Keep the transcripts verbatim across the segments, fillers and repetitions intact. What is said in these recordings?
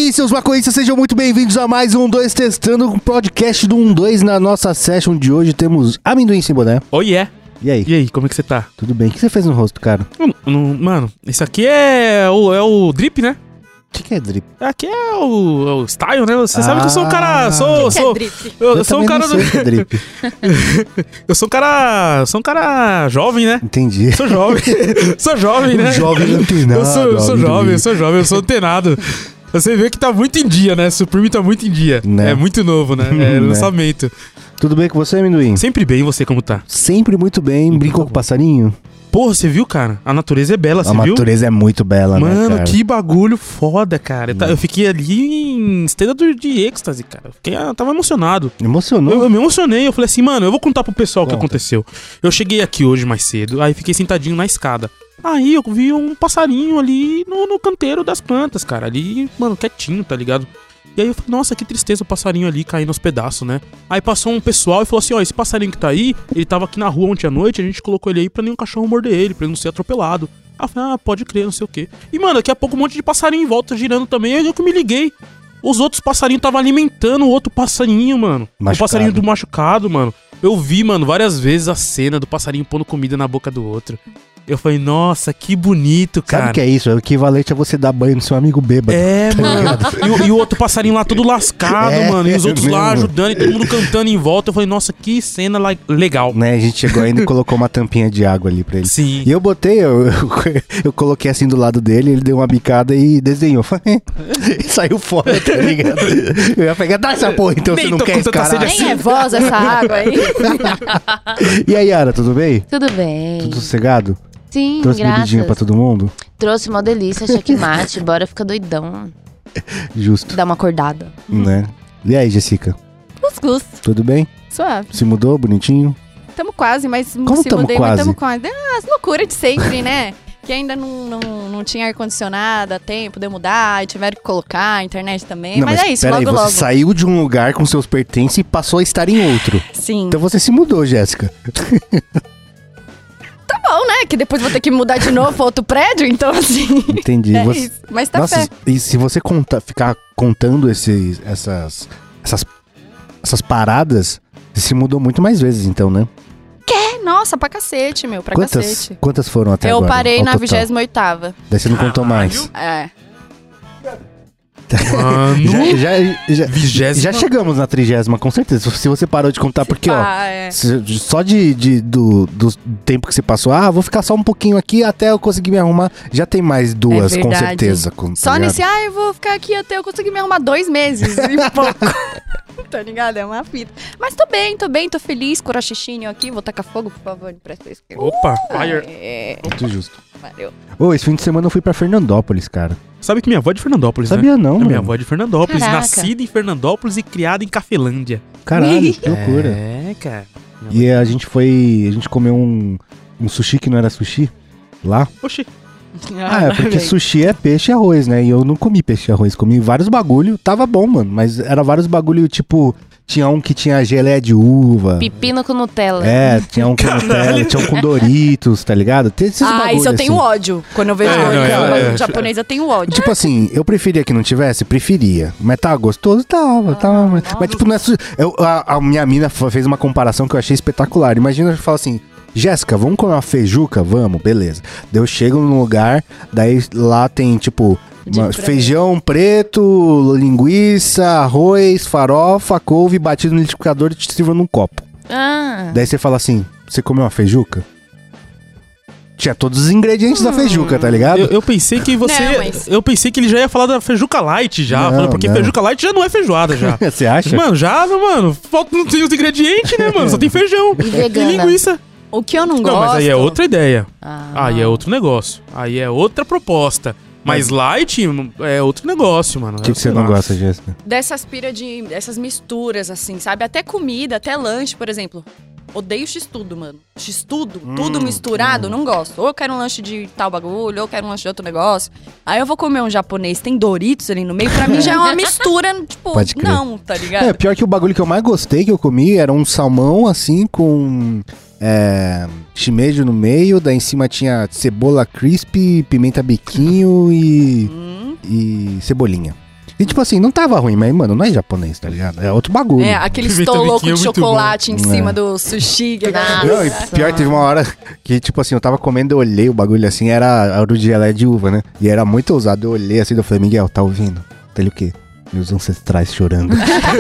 aí, seus maconhistas, sejam muito bem-vindos a mais um dois Testando, um podcast do um dois. Na nossa session de hoje temos Amendoim Sem Boné. Oh, yeah. E aí? E aí, como é que você tá? Tudo bem? O que você fez no rosto, cara? Não, não, mano, isso aqui é o, é o drip, né? O que, que é drip? Aqui é o, é o style, né? Você Ah. sabe que eu sou um cara... Sou, que sou, que é drip? Eu, eu Eu sou um também cara... não sei o que é drip. eu sou um cara... Eu sou um cara jovem, né? Entendi. Sou jovem. sou jovem, né? Um jovem antenado. Eu sou, eu sou amendoim. jovem, eu sou jovem, eu sou antenado. Você vê que tá muito em dia, né? Supreme tá muito em dia. Né? É muito novo, né? É Né? lançamento. Tudo bem com você, Amendoim? Sempre bem, e você como tá? Sempre muito bem. Muito Brincou bom. com o passarinho? Porra, você viu, cara? A natureza é bela, você A viu? natureza é muito bela, né, Mano, cara? que bagulho foda, cara. Eu, ta- eu fiquei ali em estado de êxtase, cara. Eu fiquei, eu tava emocionado. Emocionou? Eu, eu me emocionei, eu falei assim, mano, eu vou contar pro pessoal o que Conta. aconteceu. Eu cheguei aqui hoje mais cedo, aí fiquei sentadinho na escada. Aí eu vi um passarinho ali no, no canteiro das plantas, cara. Ali, mano, quietinho, tá ligado? E aí eu falei, nossa, que tristeza o passarinho ali caindo aos pedaços, né? Aí passou um pessoal e falou assim, ó, esse passarinho que tá aí, ele tava aqui na rua ontem à noite, a gente colocou ele aí pra nenhum cachorro morder ele, pra ele não ser atropelado. Aí eu falei, ah, pode crer, não sei o quê. E, mano, daqui a pouco um monte de passarinho em volta girando também, aí eu que me liguei. Os outros passarinhos estavam alimentando o outro passarinho, mano. Machucado. O passarinho do machucado, mano. Eu vi, mano, várias vezes a cena do passarinho pondo comida na boca do outro. Eu falei, nossa, que bonito, cara. Sabe o que é isso? É o equivalente a você dar banho no seu amigo bêbado. É, mano. E, o- e o outro passarinho lá todo lascado, É, mano. E os outros lá mesmo. ajudando e todo mundo cantando em volta. Eu falei, nossa, que cena la- legal. Né? A gente chegou ainda e colocou uma tampinha de água ali pra ele. Sim. E eu botei, eu, eu, eu coloquei assim do lado dele, ele deu uma bicada e desenhou. E saiu fora, tá ligado? Eu ia pegar, dá essa porra, então Nem você não tô quer com esse tanta caralho. sede Nem é voz essa água aí. E aí, Yara, tudo bem? Tudo bem. Tudo sossegado? Sim, Trouxe graças. bebidinha pra todo mundo? Trouxe uma delícia, checkmate. Bora ficar doidão. Justo, Dar uma acordada. né? E aí, Jessica, Cuscuz. tudo bem? Suave. Se mudou, bonitinho? Tamo quase, mas Como se tamo mudei, quase? mas tamo quase. Ah, as loucuras de sempre, né? Que ainda não, não, não tinha ar-condicionado a tempo de eu mudar, e tiveram que colocar, a internet também. Não, mas, é isso, peraí, logo você logo. saiu de um lugar com seus pertences e passou a estar em outro. Sim. Então você se mudou, Jéssica. Tá bom, né? Que depois vou ter que mudar de novo pra outro prédio, então assim. Entendi. É Você- isso. Mas tá Nossa, fé. e se você conta, ficar contando esses, essas, essas, essas paradas, você se mudou muito mais vezes, então, né? É, nossa, pra cacete, meu, pra Quantas, cacete. quantas foram até Eu agora? parei ao na total? vigésima oitava. Daí você não contou mais. É. Mano. Já, já, já, Vigésima. já chegamos na trigésima, com certeza. Se você parou de contar, porque, ó, Ah, é. se- só de, de- do, do tempo que você passou, ah, vou ficar só um pouquinho aqui até eu conseguir me arrumar. Já tem mais duas, É com verdade. certeza. Com, tá Só ligado? nesse, ah, eu vou ficar aqui até eu conseguir me arrumar dois meses e pouco. Tá ligado? É uma fita. Mas tô bem, tô bem, tô feliz. Corachichinho aqui, vou tacar fogo, por favor, me presta isso. Opa, fire. É, Muito justo. valeu. Ô, esse fim de semana eu fui pra Fernandópolis, cara. Sabe que minha avó é de Fernandópolis, né? Sabia não, A minha mano. avó é de Fernandópolis, Caraca. nascida em Fernandópolis e criada em Cafelândia. Caralho, que loucura. É, cara. E a gente foi. A gente comeu um, um sushi que não era sushi lá. Oxi. Ah, é porque sushi é peixe e arroz, né? E eu não comi peixe e arroz, comi vários bagulho. Tava bom, mano, mas era vários bagulho tipo. Tinha um que tinha geleia de uva. Pepino com Nutella. É, tinha um com Nutella, tinha um com Doritos, tá ligado? Tem esses Ah, bagulho, isso eu tenho assim. ódio. Quando eu vejo É, não, comida é, é. japonesa, eu tenho ódio. Tipo assim, eu preferia que não tivesse? Preferia. Mas tava gostoso? Tava, tava. Mas, mas tipo, não é su- eu, a, a minha mina f- fez uma comparação que eu achei espetacular. Imagina eu falar assim, Jéssica, vamos comer uma feijuca? Vamos, beleza. Daí eu chego num lugar, daí lá tem, tipo, De uma- frango. feijão preto, linguiça, arroz, farofa, couve batido no liquidificador e te sirva num copo. Ah, Daí você fala assim, você comeu uma feijuca? Tinha todos os ingredientes da feijuca, tá ligado? Eu, eu pensei que você. Não, mas- Eu pensei que ele já ia falar da feijuca light já. Não, falando, porque não. feijuca light já não é feijoada já. Você acha? Mano, já, mano, falta não tem os ingredientes, né, mano? Só tem feijão. E vegana. E linguiça. O que eu não, Não, gosto... mas aí é outra ideia. ah. Aí é outro negócio. Aí é outra proposta. Mas light é outro negócio, mano. O que, que você não gosta, Jéssica? Dessas pira de... Dessas misturas, assim, sabe? Até comida, até lanche, por exemplo. Odeio x-tudo, mano. X-tudo, tudo misturado, não gosto. Ou eu quero um lanche de tal bagulho, ou eu quero um lanche de outro negócio. Aí eu vou comer um japonês, tem Doritos ali no meio, pra mim já é uma mistura, tipo, Pode crer. não, tá ligado? É, pior que o bagulho que eu mais gostei que eu comi era um salmão, assim, com é, shimeji no meio, daí em cima tinha cebola crispy, pimenta biquinho e, Hum, e cebolinha. E tipo assim, não tava ruim, mas, mano, não é japonês, tá ligado? É outro bagulho. É, aquele Pimenta estoloco biquinho de é muito chocolate em bom. cima É. do sushi. Que Nossa. Não, e pior, teve uma hora que, tipo assim, eu tava comendo, eu olhei o bagulho assim, era a hora do gelé de uva, né? E era muito ousado, eu olhei assim, eu falei, Miguel, tá ouvindo? Ele o quê? Meus ancestrais chorando.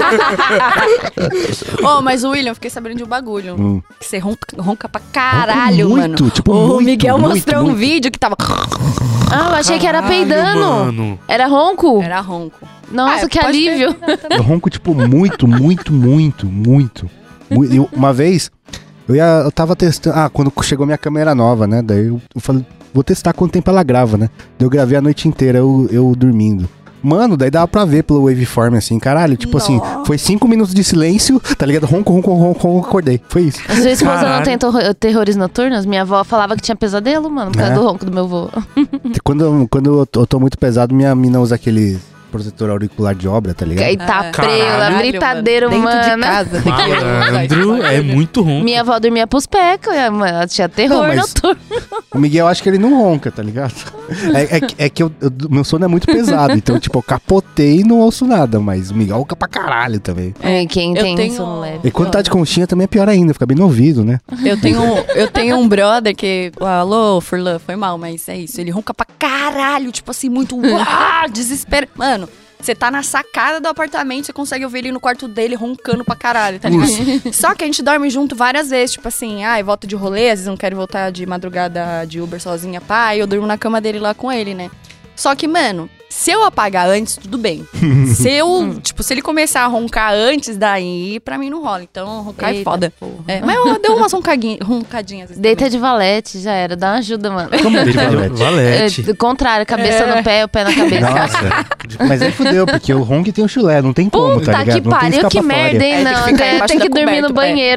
Oh, mas o William, eu fiquei sabendo de um bagulho. Hum. Que você ronca, ronca pra caralho, Muito, mano. tipo, o muito, Miguel muito, mostrou um muito. vídeo que tava... Ah, eu achei que era Caralho, peidando. mano. Era ronco? Era ronco. Nossa, Ah, que pode ter alívio. peidado também. Eu ronco, tipo, muito, muito, muito, muito. Mu- eu- uma vez, eu, ia, eu tava testando... Ah, quando chegou minha câmera nova, né? Daí eu, eu falei, vou testar quanto tempo ela grava, né? Daí eu gravei a noite inteira, eu, eu dormindo. Mano, daí dava pra ver pelo waveform, assim, caralho. Tipo assim, Nossa. foi cinco minutos de silêncio, tá ligado? Ronco, ronco, ronco, ronco, acordei. Foi isso. A sua esposa Caralho. não tem terro- terrores noturnos? Minha avó falava que tinha pesadelo, mano, por causa É. do ronco do meu avô. Quando, eu- quando eu tô- eu tô muito pesado, minha mina usa aquele protetor auricular de obra, tá ligado? Eita, Ah, preula, caralho, gritadeiro, Dentro de mano. casa. tem que- Malandro, é muito ronco. Minha avó dormia pros pecos, mano, ela tinha terror Não, mas- noturno. O Miguel, eu acho que ele não ronca, tá ligado? É, é que- é que eu- eu- meu sono é muito pesado, então, tipo, eu capotei e não ouço nada, mas o Miguel ronca pra caralho também. É, quem eu tem tenho- sono leve. E quando tá de conchinha também é pior ainda, fica bem no ouvido, né? Eu tenho, eu tenho um brother que... Alô, Furlan, foi mal, mas é isso. Ele ronca pra caralho, tipo assim, muito... uá, desespero. Mano, você tá na sacada do apartamento, você consegue ouvir ele no quarto dele roncando pra caralho, tá ligado? Só que a gente dorme junto várias vezes, tipo assim, ai, volta de rolê, às vezes não quero voltar de madrugada de Uber sozinha, pá, e eu durmo na cama dele lá com ele, né? Só que, mano, se eu apagar antes, tudo bem. Se eu, tipo, se ele começar a roncar antes daí, pra mim não rola. Então, roncar é Eita, foda. porra. É, mas eu dei umas roncadinhas, roncadinhas. às vezes Deita de valete, já era, dá uma ajuda, mano. Como é de Valete. valete? Valete. É, do contrário, cabeça É. no pé, o pé na cabeça. Nossa, mas aí fudeu, porque o ronco tem o chulé, não tem como, Puta tá ligado? que Não tem pariu, que escapatória. merda, hein? É, tem que Não, ficar tem, embaixo tem da que dormir no coberta, é. banheiro.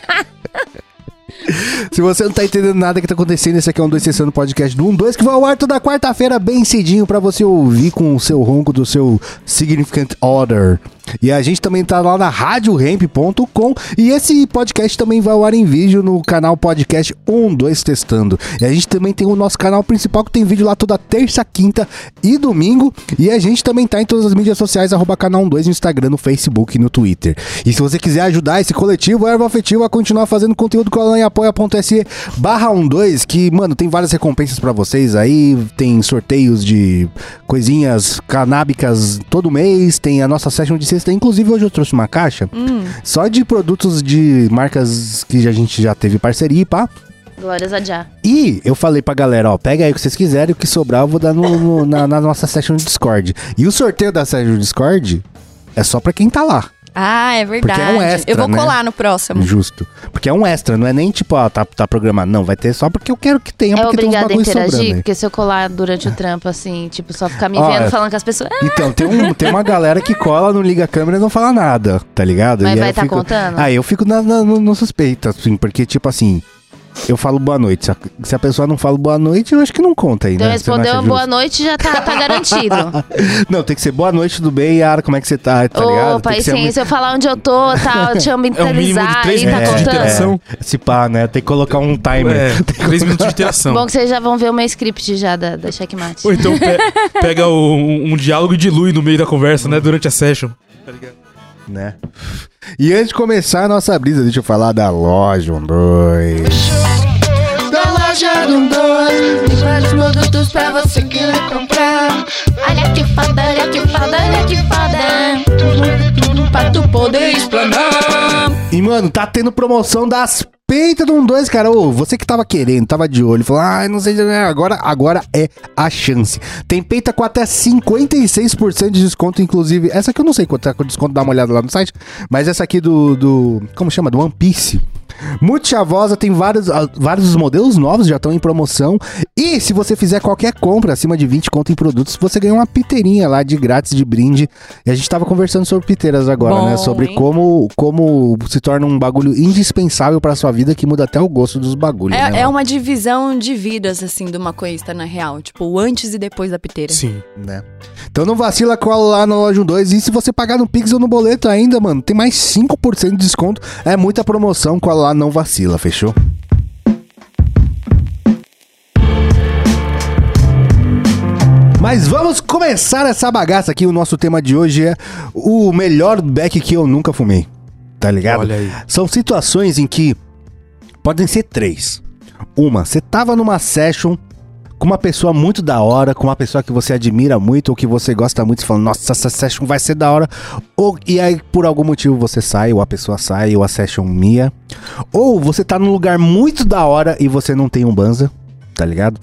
Se você não tá entendendo nada que tá acontecendo, esse aqui é um dois Sessão no podcast do um dois, que vai ao ar toda quarta-feira, bem cedinho, pra você ouvir com o seu ronco do seu Significant Other. E a gente também tá lá na rádio ramp ponto com, e esse podcast também vai ao ar em vídeo no canal podcast um dois Testando. E a gente também tem o nosso canal principal, que tem vídeo lá toda terça, quinta e domingo. E a gente também tá em todas as mídias sociais, arroba canal um dois no Instagram, no Facebook e no Twitter. E se você quiser ajudar esse coletivo Erva Afetiva a continuar fazendo conteúdo, cola lá em apoia.se barra um dois, que, mano, tem várias recompensas pra vocês aí, tem sorteios de coisinhas canábicas todo mês, tem a nossa session de sexta, inclusive hoje eu trouxe uma caixa só de produtos de marcas que a gente já teve parceria e pá. Glórias a Já. E eu falei pra galera, ó, pega aí o que vocês quiserem, o que sobrar eu vou dar no, no- na, na nossa session de Discord. E o sorteio da session de Discord é só pra quem tá lá. Ah, é verdade. Porque é um extra, eu vou né? colar no próximo. Justo. Porque é um extra, não é nem tipo, ó, tá, tá programado. Não, vai ter só porque eu quero que tenha, É porque tem uns obrigada a bagulhos interagir, sobrando aí. porque se eu colar durante o trampo, assim, tipo, só ficar me Ó, vendo é- falando com as pessoas. "Ah, Então, tem, um, tem uma galera que cola, não liga a câmera e não fala nada, tá ligado? Mas E aí vai eu tá fico- contando? Ah, eu fico na, na- no, no suspeito, assim, porque, tipo assim, eu falo boa noite. Se a, se a pessoa não fala boa noite, eu acho que não conta aí, Então né? Você não respondeu acha uma boa justo? noite, já tá, tá garantido. Não, tem que ser boa noite, tudo bem, Yara, como é que você tá, tá ligado? Opa, Tem e que ser sim, muito- se eu falar onde eu tô, tal, te É um mínimo de ambientalizar três aí, tá minutos de contando. interação. Se pá, né? Tem que colocar um timer. É, três minutos de interação. Bom que vocês já vão ver o meu script já da, da Checkmate. Ou então pe- pega o- um, um diálogo e dilui no meio da conversa, né? Durante a session. Né? E antes de começar a nossa brisa, deixa eu falar da loja um dois. Da loja do um dois, tem vários produtos pra você querer comprar. Olha que foda, olha que foda, olha que foda. Tudo, tudo pra tu poder explanar. E, mano, tá tendo promoção das peitas do um dois, cara. Ô, você que tava querendo, tava de olho, falou, ah, não sei, agora, agora é a chance. Tem peita com até cinquenta e seis por cento de desconto, inclusive. Essa aqui eu não sei quanto é o desconto, dá uma olhada lá no site. Mas essa aqui do, do como chama? Do One Piece. Muito chavosa, tem vários, ah, vários modelos novos, já estão em promoção. E se você fizer qualquer compra acima de vinte conto em produtos, você ganha uma piteirinha lá de grátis, de brinde. E a gente tava conversando sobre piteiras agora, Bom, né? Sobre hein? como, como se torna um bagulho indispensável pra sua vida, que muda até o gosto dos bagulhos, né? É, é mano? uma divisão de vidas, assim, do maconhista, na real. Tipo, o antes e depois da piteira. Sim. Né? Então não vacila, cola lá na loja um dois. E se você pagar no Pix ou no boleto ainda, mano, tem mais cinco por cento de desconto. É muita promoção, cola lá, não vacila, fechou? Mas vamos começar essa bagaça aqui. O nosso tema de hoje é o melhor beck que eu nunca fumei. Tá ligado? Olha aí. São situações em que podem ser três. Uma, você tava numa session com uma pessoa muito da hora, com uma pessoa que você admira muito ou que você gosta muito, você fala, nossa, essa session vai ser da hora. Ou, e aí, por algum motivo, você sai, ou a pessoa sai, ou a session mia. Ou você tá num lugar muito da hora e você não tem um banza, tá ligado?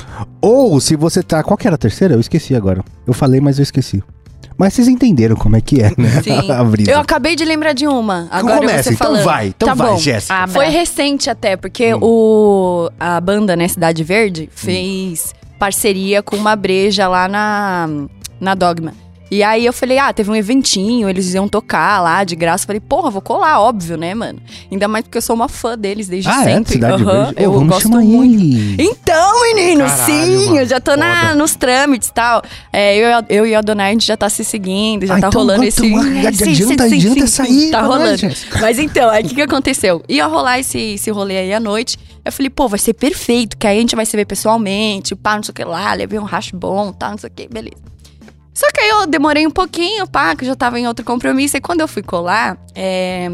Ou se você tá... Qual que era a terceira? Eu esqueci agora. Eu falei, mas eu esqueci. Mas vocês entenderam como é que é, né? Sim. A brisa. Eu acabei de lembrar de uma. Agora Começa, você então falando. vai. Então tá vai, bom. Jéssica. Ah, Foi bra- recente até, porque Hum. o, a banda, né, Cidade Verde, fez parceria com uma breja lá na, na Dogma. E aí eu falei, ah, teve um eventinho, eles iam tocar lá de graça. Falei, porra, vou colar, óbvio, né, mano? Ainda mais porque eu sou uma fã deles desde Ah, é? sempre. Cidade Aham, Verde? Ô, eu vamos gosto chamar muito. ele. Então, menino, Caralho, sim, mano, eu já tô na, foda. nos trâmites e tal. É, eu, eu e a Adonai, a gente já tá se seguindo, já Ah, tá então rolando conta esse... uma- É, sim, adianta- sim, sim, adianta sim, essa sim, aí tá pra nós, rolando. Jéssica. Mas então, aí o que que aconteceu? Ia rolar esse, esse rolê aí à noite. Eu falei, pô, vai ser perfeito, que aí a gente vai se ver pessoalmente, pá, não sei o que lá, levei um racho bom, tá, não sei o que, beleza. Só que aí eu demorei um pouquinho, pá, que eu já tava em outro compromisso. E quando eu fui colar, é...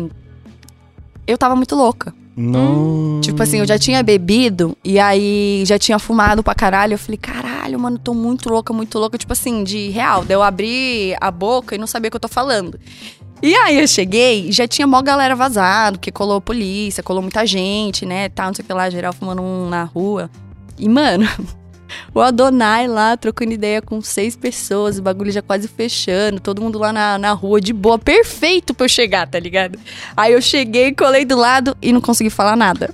eu tava muito louca. Não. Tipo assim, eu já tinha bebido e aí já tinha fumado pra caralho. Eu falei, caralho, mano, tô muito louca, muito louca. Tipo assim, de real. Daí eu abri a boca e não sabia o que eu tô falando. E aí eu cheguei e já tinha mó galera vazado, porque colou polícia, colou muita gente, né, tal, não sei o que lá, geral fumando um na rua. E, mano... O Adonai lá, trocando ideia com seis pessoas, o bagulho já quase fechando, todo mundo lá na, na rua de boa, perfeito pra eu chegar, tá ligado? Aí eu cheguei, colei do lado e não consegui falar nada.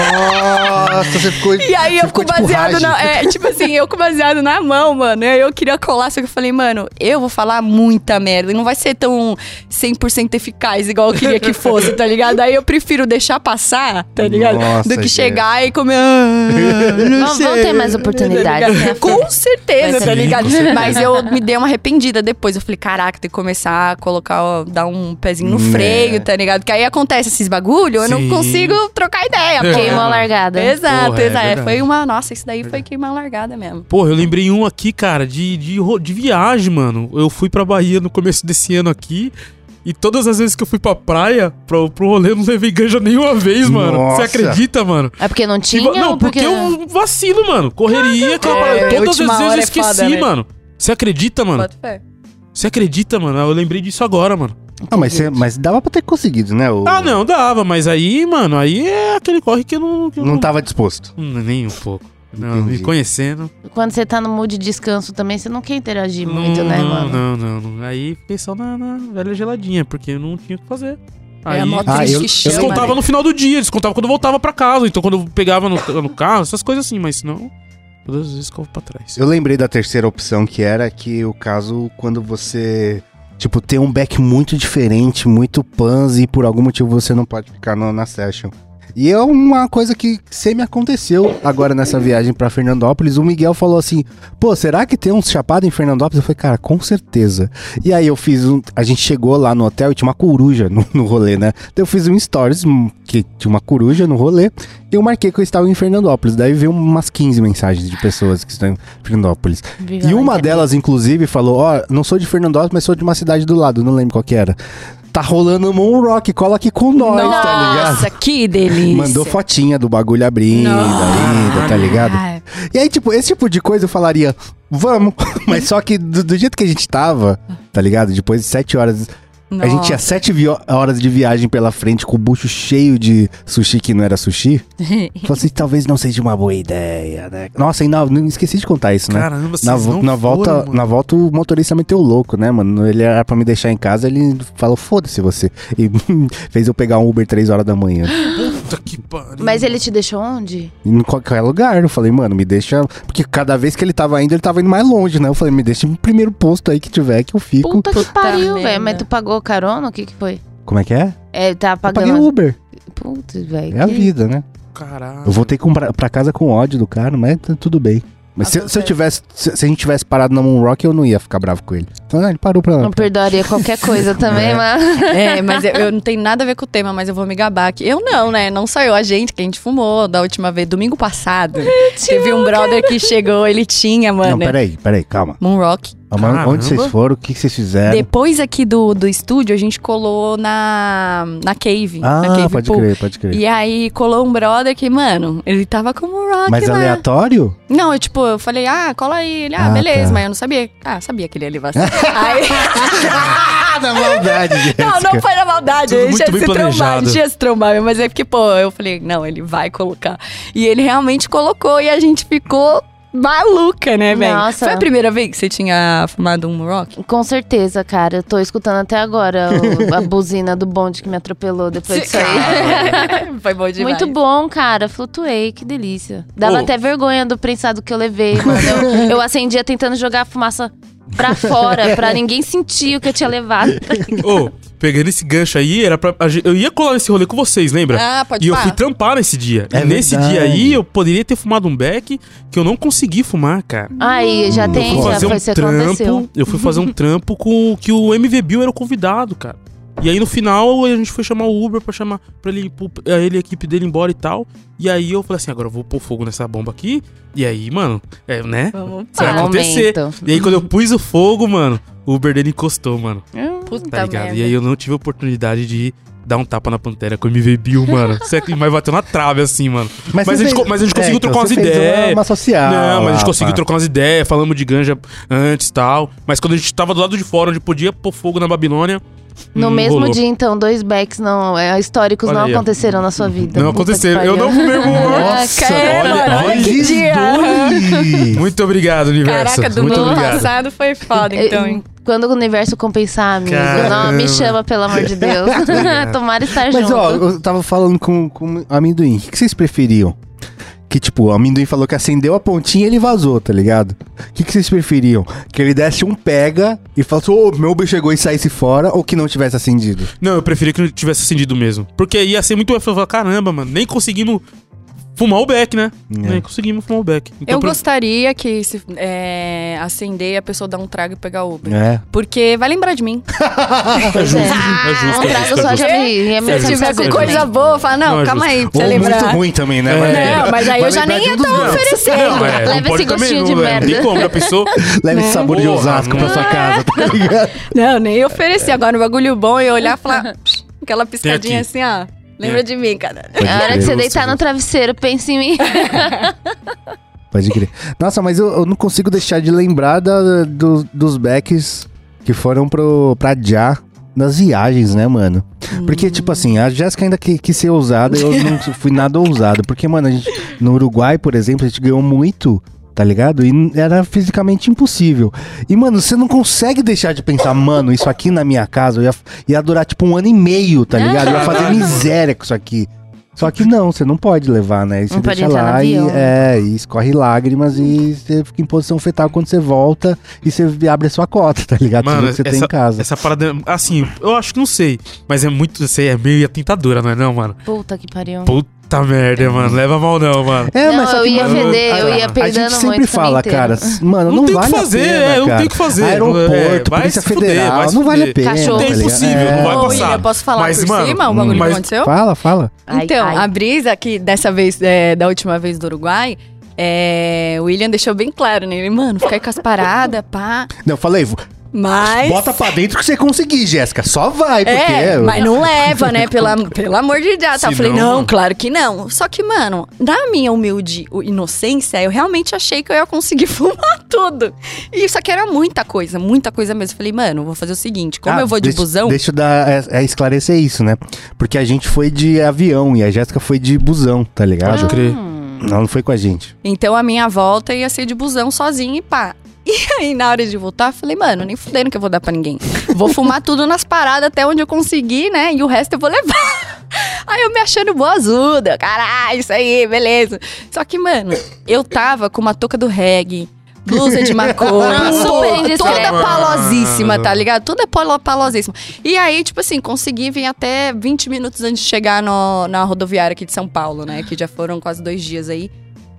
Nossa, você ficou... E aí você eu com ficou tipo baseado Raj. na. É, tipo assim, eu com baseado na mão, mano. Aí eu queria colar, só que eu falei, mano, eu vou falar muita merda. E não vai ser tão cem por cento eficaz igual eu queria que fosse, tá ligado? Aí eu prefiro deixar passar, tá ligado? Nossa, Do que gente. chegar e comer. Ah, não Vamos, sei. vamos ter mais oportunidades, né? Com certeza, Vai ser tá lindo, ligado? com certeza. Mas eu me dei uma arrependida depois. Eu falei, caraca, tem que começar a colocar, ó, dar um pezinho no Né. freio, tá ligado? Porque aí acontece esses bagulho, eu não Sim. consigo trocar ideia. porque- Queimou a largada. Exato, Porra, é exato. verdade. Foi uma. Nossa, isso daí foi queimar a largada mesmo. Porra, eu lembrei um aqui, cara, de, de, ro- de viagem, mano. Eu fui pra Bahia no começo desse ano aqui. E todas as vezes que eu fui pra praia, pro, pro rolê, eu não levei ganja nenhuma vez, mano. Nossa. Você acredita, mano? É porque não E tinha va- não, ou porque porque... eu vacilo, mano. Correria, aquela É, parada. Todas última as vezes hora eu é esqueci, foda, né? mano. Você acredita, mano? Bota fé. Você acredita, mano? Eu lembrei disso agora, mano. Ah, mas, você- mas dava pra ter conseguido, né? O... Ah, não, dava, mas aí, mano, aí é aquele corre que eu não. Que eu Não tava disposto. Hum, Nem um pouco. Não, Entendi. me conhecendo. Quando você tá no mood de descanso também, você não quer interagir não, muito, né, não, mano? Não, não, não. Aí fiquei só na, na velha geladinha, porque eu não tinha o que fazer. Aí, É a mó Ah, triste eu- que eu chama. descontava né? no final do dia, descontava quando eu voltava pra casa. Então quando eu pegava no, no carro, essas coisas assim, mas senão, todas as vezes que eu vou pra trás. Eu lembrei da terceira opção, que era que o caso quando você, tipo, tem um back muito diferente, muito pans e por algum motivo você não pode ficar no- na session. E é uma coisa que sempre aconteceu agora nessa viagem pra Fernandópolis. O Miguel falou assim, pô, será que tem uns chapados em Fernandópolis? Eu falei, cara, com certeza. E aí eu fiz um... A gente chegou lá no hotel e tinha uma coruja no, no rolê, né? Então eu fiz um stories hum, que tinha uma coruja no rolê. E eu marquei que eu estava em Fernandópolis. Daí veio umas quinze mensagens de pessoas que estão em Fernandópolis. Viva E na uma internet. delas, inclusive, falou, ó, não sou de Fernandópolis, mas sou de uma cidade do lado, não lembro qual que era. Tá rolando Moon Rock, cola aqui com nós, tá ligado? Nossa, que delícia. Mandou fotinha do bagulho abrindo, Nossa. ainda, tá ligado? Ai, E aí, tipo, esse tipo de coisa eu falaria, vamos. Mas só que do, do jeito que a gente tava, tá ligado? Depois de sete horas, a gente tinha sete vi- horas de viagem pela frente com o bucho cheio de sushi que não era sushi. Falei assim, talvez não seja uma boa ideia, né? Nossa, e na, não esqueci de contar isso, né? Caramba, vocês Na, não na, volta, foram, mano. na volta o motorista meteu o louco, né, mano? Ele era pra me deixar em casa, ele falou, foda-se você. E fez eu pegar um Uber três horas da manhã. Puta que pariu. Mas ele te deixou onde? Em qualquer lugar. Eu falei, mano, me deixa... Porque cada vez que ele tava indo, ele tava indo mais longe, né? Eu falei, me deixa no primeiro posto aí que tiver, que eu fico. Puta que Puta pariu, merda. velho. Mas tu pagou carona? O que que foi? Como é que é? É, tá Eu paguei pagando... o Uber. Putz, velho. É a que- vida, né? Caralho. Eu voltei com, pra, pra casa com ódio do cara, mas tá tudo bem. Mas se, se eu tivesse... Se, se a gente tivesse parado na Moon Rock, eu não ia ficar bravo com ele. Então, ele parou pra... Não perdoaria qualquer coisa também, É. mas... É, mas eu, eu não tenho nada a ver com o tema, mas eu vou me gabar aqui. Eu não, né? Não só eu, a gente, que a gente fumou da última vez, domingo passado. Teve um brother que chegou, ele tinha, mano. Não, peraí, peraí, calma. Moonrock. Mas onde vocês Caramba. foram? O que que vocês fizeram? Depois aqui do, do estúdio, a gente colou na, na Cave. Ah, na Cave pode Pool. crer, pode crer. E aí colou um brother que, mano, ele tava com o Moonrock Mas lá. aleatório? Não, eu tipo, eu falei, ah, cola aí. Ele, ah, Ah, beleza, tá. mas eu não sabia. Ah, sabia que ele ia levar. Aí... Ah, na maldade, Jéssica. Não, não foi na maldade. Tudo A gente muito ia bem se trombar, a planejado. gente ia se trombar, mas é porque, pô, eu falei, não, ele vai colocar. E ele realmente colocou e a gente ficou maluca, né, velho? Nossa. Foi a primeira vez que você tinha fumado um rock? Com certeza, cara. Eu tô escutando até agora o- a buzina do bonde que me atropelou depois disso aí. Foi bom demais. Muito bom, cara. Flutuei, que delícia. Dava Ô. até vergonha do prensado que eu levei, mano. Eu, eu acendia tentando jogar a fumaça pra fora, pra ninguém sentir o que eu tinha levado. Ô, pegando esse gancho aí, era pra, a gen- eu ia colar nesse rolê com vocês, lembra? Ah, pode E eu falar. fui trampar nesse dia. É e nesse verdade. dia aí, eu poderia ter fumado um beck que eu não consegui fumar, cara. Aí, já Hum, tem, Fui já fazer foi um isso que aconteceu. trampo. Eu fui fazer um trampo com que o M V Bill era o convidado, cara. E aí no final a gente foi chamar o Uber pra chamar pra ele, pro- ele e a equipe dele embora e tal. E aí eu falei assim, agora eu vou pôr fogo nessa bomba aqui. E aí, mano, é, né? Vamos Isso vai É acontecer. momento. E aí quando eu pus o fogo, mano, o Uber dele encostou, mano. Puta Tá ligado? merda. E aí eu não tive a oportunidade de dar um tapa na Pantera com o M V Bill, mano. Certo? Mas bateu na trave, assim, mano. Mas, você a, gente, fez- co- mas a gente É, conseguiu então, trocar umas você fez ideias. Uma, uma social. Não, mas a gente lá, conseguiu pá. trocar umas ideias, falamos de ganja antes e tal. Mas quando a gente tava do lado de fora, onde podia pôr fogo na Babilônia. No hum, mesmo rolou. dia, então, dois backs não, é, históricos Olha não aí, ó. aconteceram na sua vida. Não Puta que aconteceram. Eu pariu. não fumei um Nossa, É, olha, mano, olha que os dia. dois. Muito obrigado, universo. Caraca, Muito domingo obrigado. passado foi foda, então, hein? Quando o universo compensar, amigo, Caramba. não me chama, pelo amor de Deus. Tomara estar Mas, junto. ó, eu tava falando com, com amendoim. O que, que vocês preferiam? Que, tipo, o amendoim falou que acendeu a pontinha e ele vazou, tá ligado? O que, que vocês preferiam? Que ele desse um pega e falasse, ô, meu Uber chegou e saísse fora, ou que não tivesse acendido? Não, eu preferia que não tivesse acendido mesmo. Porque ia ser muito... Eu falava, caramba, mano, nem conseguimos fumar o beck, né? É. Nem conseguimos fumar o beck. Então, Eu pra- gostaria que se é, acender e a pessoa dar um trago e pegar o Uber. É. Porque vai lembrar de mim. É justo, é justo, Um é trago justo, só é já justo. me, ia me É Se justo, tiver é com justo. coisa boa, fala, não, Não, é calma justo. aí, pra você Ou lembrar. muito ruim também, né? É. Vai- Não, mas aí vai eu já lembrar nem de ia um dos estar dois. oferecendo. Não, é, não Leva pode esse também, gostinho não, de é, merda. Não tem como, a pessoa... Leva esse sabor de Porra, Osasco pra sua casa, tá ligado? Não, nem ofereci. Agora, um bagulho bom e olhar e falar... Aquela piscadinha aqui. assim, ó. Lembra É. de mim, cara. Pode É hora de crer. você deitar no travesseiro, pensa em mim. Pode crer. Nossa, mas eu, eu não consigo deixar de lembrar da- do- dos backs que foram pro, pra Já nas viagens, né, mano? Porque, tipo assim, a Jéssica ainda que- quis ser ousada, eu não fui nada ousado. Porque, mano, a gente, no Uruguai, por exemplo, a gente ganhou muito, tá ligado? E era fisicamente impossível. E, mano, você não consegue deixar de pensar, mano, isso aqui na minha casa eu ia, ia durar, tipo, um ano e meio, tá ligado? Eu ia fazer miséria com isso aqui. Só que não, você não pode levar, né? E você Não pode deixa entrar no lá e, avião. é, e escorre lágrimas e você fica em posição fetal quando você volta e você abre a sua cota, tá ligado? Mano, Tudo que você tem essa, em casa. essa parada, assim, eu acho que não sei, mas é muito, sei, é meio tentadora, não é não, mano? Puta que pariu. Puta merda, mano, leva mal não, mano. É, Não, mas só eu que, ia mano, feder, a- eu ia A peidando gente sempre muito fala, o caminho cara, inteiro. s- mano, não, Não tem o que vale fazer, a pena, é, não cara. tem o que fazer. Aeroporto, É, vai Polícia se fuder, Federal, vai se não vale a fuder. pena. Cachorro. tá É ligado? impossível, não vai Ô, passar. William, posso falar Mas, por mano, cima o bagulho mas- que aconteceu? Fala, fala. Ai, Então, ai. a brisa que dessa vez, é, da última vez do Uruguai, é, o William deixou bem claro, né? Ele, mano, fica aí com as paradas, pá. Não, eu falei, vo- Mas. bota pra dentro que você conseguir, Jéssica. Só vai, porque... É, mas não leva, né? Pela, pelo amor de Deus. Se Eu falei, não, não, mano. claro que não. Só que, mano, na minha humilde inocência, eu realmente achei que eu ia conseguir fumar tudo. E isso aqui era muita coisa, muita coisa mesmo. Eu falei, mano, vou fazer o seguinte, como Ah, eu vou de deixa, busão... Deixa eu dar, é, é esclarecer isso, né? Porque a gente foi de avião e a Jéssica foi de busão, tá ligado? Pode crer. Ela não foi com a gente. Então a minha volta ia ser de busão sozinha e pá. E aí, na hora de voltar, eu falei, mano, nem fudendo que eu vou dar pra ninguém. Vou fumar tudo nas paradas até onde eu conseguir, né? E o resto eu vou levar. Aí eu me achando boazuda. Caralho, isso aí, beleza. Só que, mano, eu tava com uma touca do reggae, blusa de maconha, Super toda, indiscreta. toda palosíssima, tá ligado? Toda palo- palosíssima. E aí, tipo assim, consegui vir até vinte minutos antes de chegar no, na rodoviária aqui de São Paulo, né? Que já foram quase dois dias aí.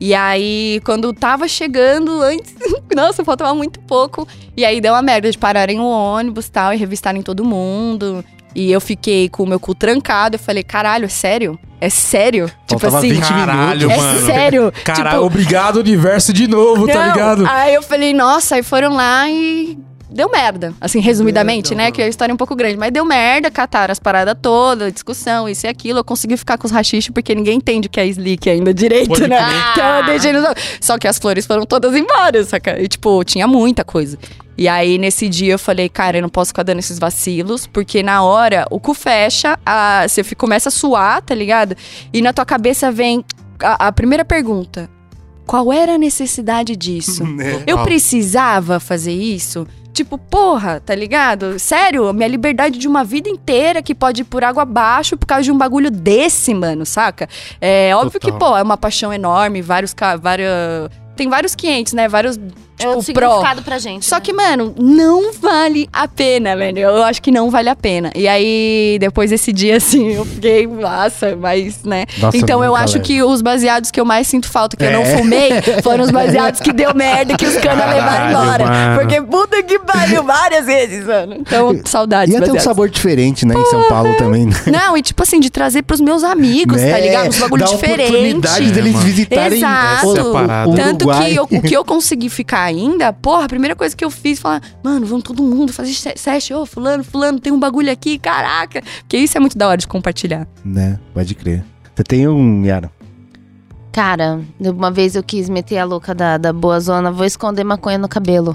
E aí, quando tava chegando, antes... Nossa, faltava muito pouco. E aí, deu uma merda de pararem o ônibus e tal, e revistarem todo mundo. E eu fiquei com o meu cu trancado. Eu falei, caralho, é sério? É sério? Faltava tipo assim, vinte Caralho, é mano. sério? Caralho, Tipo, obrigado universo de novo, tá não. ligado? Aí eu falei, nossa, aí foram lá e deu merda. Assim, resumidamente, né? Que a história é um pouco grande. Mas deu merda, cataram as paradas todas, discussão, isso e aquilo. Eu consegui ficar com os rachixe porque ninguém entende o que é slick ainda direito, Pode né? crer. Então eu deixei no... Só que as flores foram todas embora, saca? E tipo, tinha muita coisa. E aí, nesse dia, eu falei, cara, eu não posso ficar dando esses vacilos, porque na hora, o cu fecha, a, você fica- começa a suar, tá ligado? E na tua cabeça vem a, a primeira pergunta. Qual era a necessidade disso? Eu Total. precisava fazer isso? Tipo, porra, tá ligado? Sério, minha liberdade de uma vida inteira que pode ir por água abaixo por causa de um bagulho desse, mano, saca? É óbvio Total. que, pô, é uma paixão enorme, vários... ca- várias... Tem vários quinhentos, né? Vários, É o tipo, pró. significado pra gente. Só né? que, mano, não vale a pena, velho. Eu acho que não vale a pena. E aí, depois desse dia, assim, eu fiquei, nossa, mas, né? Nossa, então eu nunca acho leve. que os baseados que eu mais sinto falta, que eu não É. fumei, foram os baseados que deu merda, que os canas levaram Caralho, embora. mano. Porque puta que pariu várias vezes, mano. Então, saudades, Ia ter um baseados. sabor diferente, né, em São Paulo também. Né? Não, e tipo assim, de trazer pros meus amigos, tá ligado? Uns bagulho Dá diferente. oportunidade É, deles mano. visitarem Exato. o, Essa é a parada. o Tanto Uruguai. que eu- o que eu consegui ficar ainda, porra, a primeira coisa que eu fiz foi falar, mano, vamos todo mundo fazer se- session, ô, fulano, fulano, tem um bagulho aqui, caraca. Porque isso é muito da hora de compartilhar. Né, pode crer. Você tem um, Yara? Cara, uma vez eu quis meter a louca da, da boa zona, vou esconder maconha no cabelo.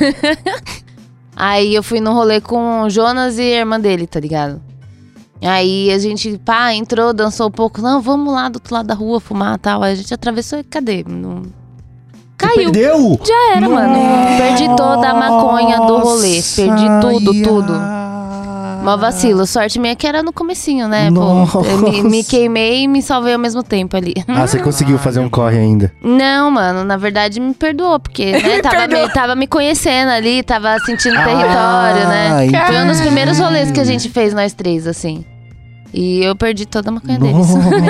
Aí eu fui no rolê com o Jonas e a irmã dele, tá ligado? Aí a gente, pá, entrou, dançou um pouco. Não, vamos lá do outro lado da rua fumar e tal. Aí a gente atravessou e cadê? Não... Caiu. Perdeu? Já era, mano. Perdi toda a maconha do rolê. Perdi tudo, tudo. Mó vacilo. Sorte minha que era no comecinho, né? Nossa. Pô, eu me, me queimei e me salvei ao mesmo tempo ali. Ah, você conseguiu fazer um corre ainda. Não, mano, na verdade me perdoou, porque né, tava, me, tava me conhecendo ali, tava sentindo território, né? entendi. Foi um dos primeiros rolês que a gente fez, nós três, assim. E eu perdi toda a maconha deles.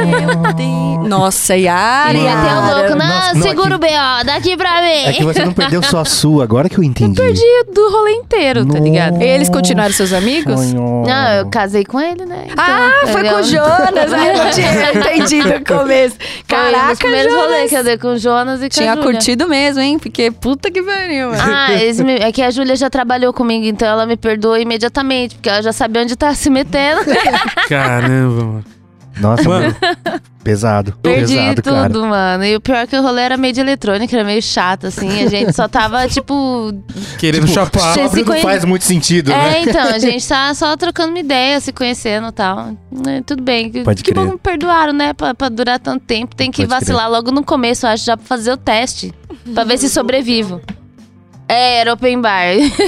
Nossa, Yara. E até o louco, não, Nossa, não, segura o B O, daqui pra mim. É que você não perdeu só a sua, agora que eu entendi. Perdi do rolê inteiro, tá ligado? Eles continuaram seus amigos? Não, eu casei com ele, né? Então, Ah, foi eu- com o Jonas. Ah, eu não tinha entendido no começo. Foi um dos Caraca, primeiros rolês Jonas. que eu dei com o Jonas e com Tinha a Júlia. curtido mesmo, hein? Porque puta que pariu, mano. Ah, eles me- é que a Júlia já trabalhou comigo, então ela me perdoou imediatamente, porque ela já sabia onde tá se metendo. Caramba, mano. Nossa, Mano. mano. Pesado. Perdi pesado, tudo, cara. mano. E o pior é que o rolê era meio de eletrônica, era meio chato, assim. A gente só tava, tipo... Querendo chapar. Você se Sóbrio não conhe- faz muito sentido, É, né? então, a gente tá só trocando uma ideia, se conhecendo e tal. É, tudo bem. Que, Pode que crer. bom que me perdoaram, né? Pra, pra durar tanto tempo. Tem que Pode vacilar logo no começo, eu acho, já pra fazer o teste. Pra ver se sobrevivo. É, era open bar.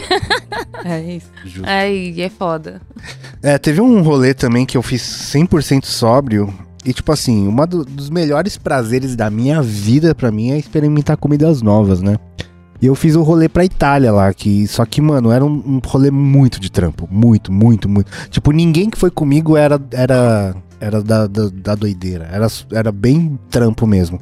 É isso. Justo. Ai, é foda. É, teve um rolê também que eu fiz cem por cento sóbrio. E, tipo assim, um dos melhores prazeres da minha vida, pra mim, é experimentar comidas novas, né? E eu fiz o rolê pra Itália lá, que, só que, mano, era um, um rolê muito de trampo. Muito, muito, muito. Tipo, ninguém que foi comigo era, era, era da, da, da doideira. Era, era bem trampo mesmo.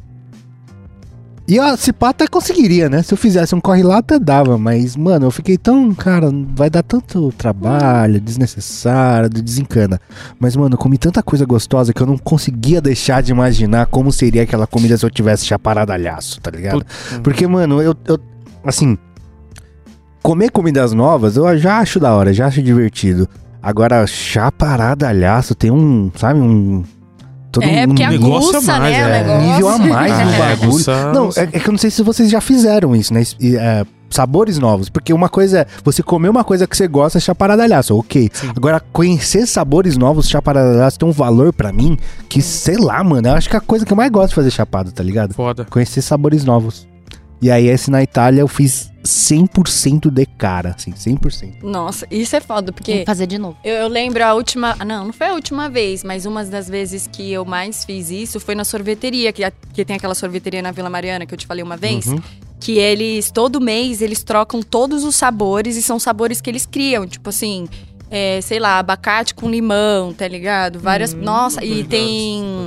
E a se pá até conseguiria, né? Se eu fizesse um corre lá, até dava. Mas, mano, eu fiquei tão, cara, vai dar tanto trabalho, desnecessário, desencana. Mas, mano, eu comi tanta coisa gostosa que eu não conseguia deixar de imaginar como seria aquela comida se eu tivesse chaparadalhaço, tá ligado? Porque, mano, eu, eu assim, comer comidas novas eu já acho da hora, já acho divertido. Agora, chaparadalhaço tem um, sabe, um... Todo É, um porque negócio aguça, a mais, né? O é. negócio. nível a mais Ah, no é, bagulho. aguça- Não, é, é que eu não sei se vocês já fizeram isso, né? E, é, sabores novos. Porque uma coisa é você comer uma coisa que você gosta, é chaparadalhaço, ok. Sim. Agora, conhecer sabores novos, chaparadalhaço, tem um valor pra mim que, sei lá, mano, eu acho que é a coisa que eu mais gosto de fazer chapado, tá ligado? Foda. Conhecer sabores novos. E aí, esse na Itália eu fiz cem por cento de cara, assim, cem por cento. Nossa, isso é foda, Tem porque que fazer de novo. eu, eu lembro a última... Não, não foi a última vez, mas uma das vezes que eu mais fiz isso foi na sorveteria, que, a- que tem aquela sorveteria na Vila Mariana, que eu te falei uma vez. Uhum. Que eles, todo mês, eles trocam todos os sabores e são sabores que eles criam. Tipo assim, é, sei lá, abacate com limão, tá ligado? Várias. Hum, nossa, e verdade. tem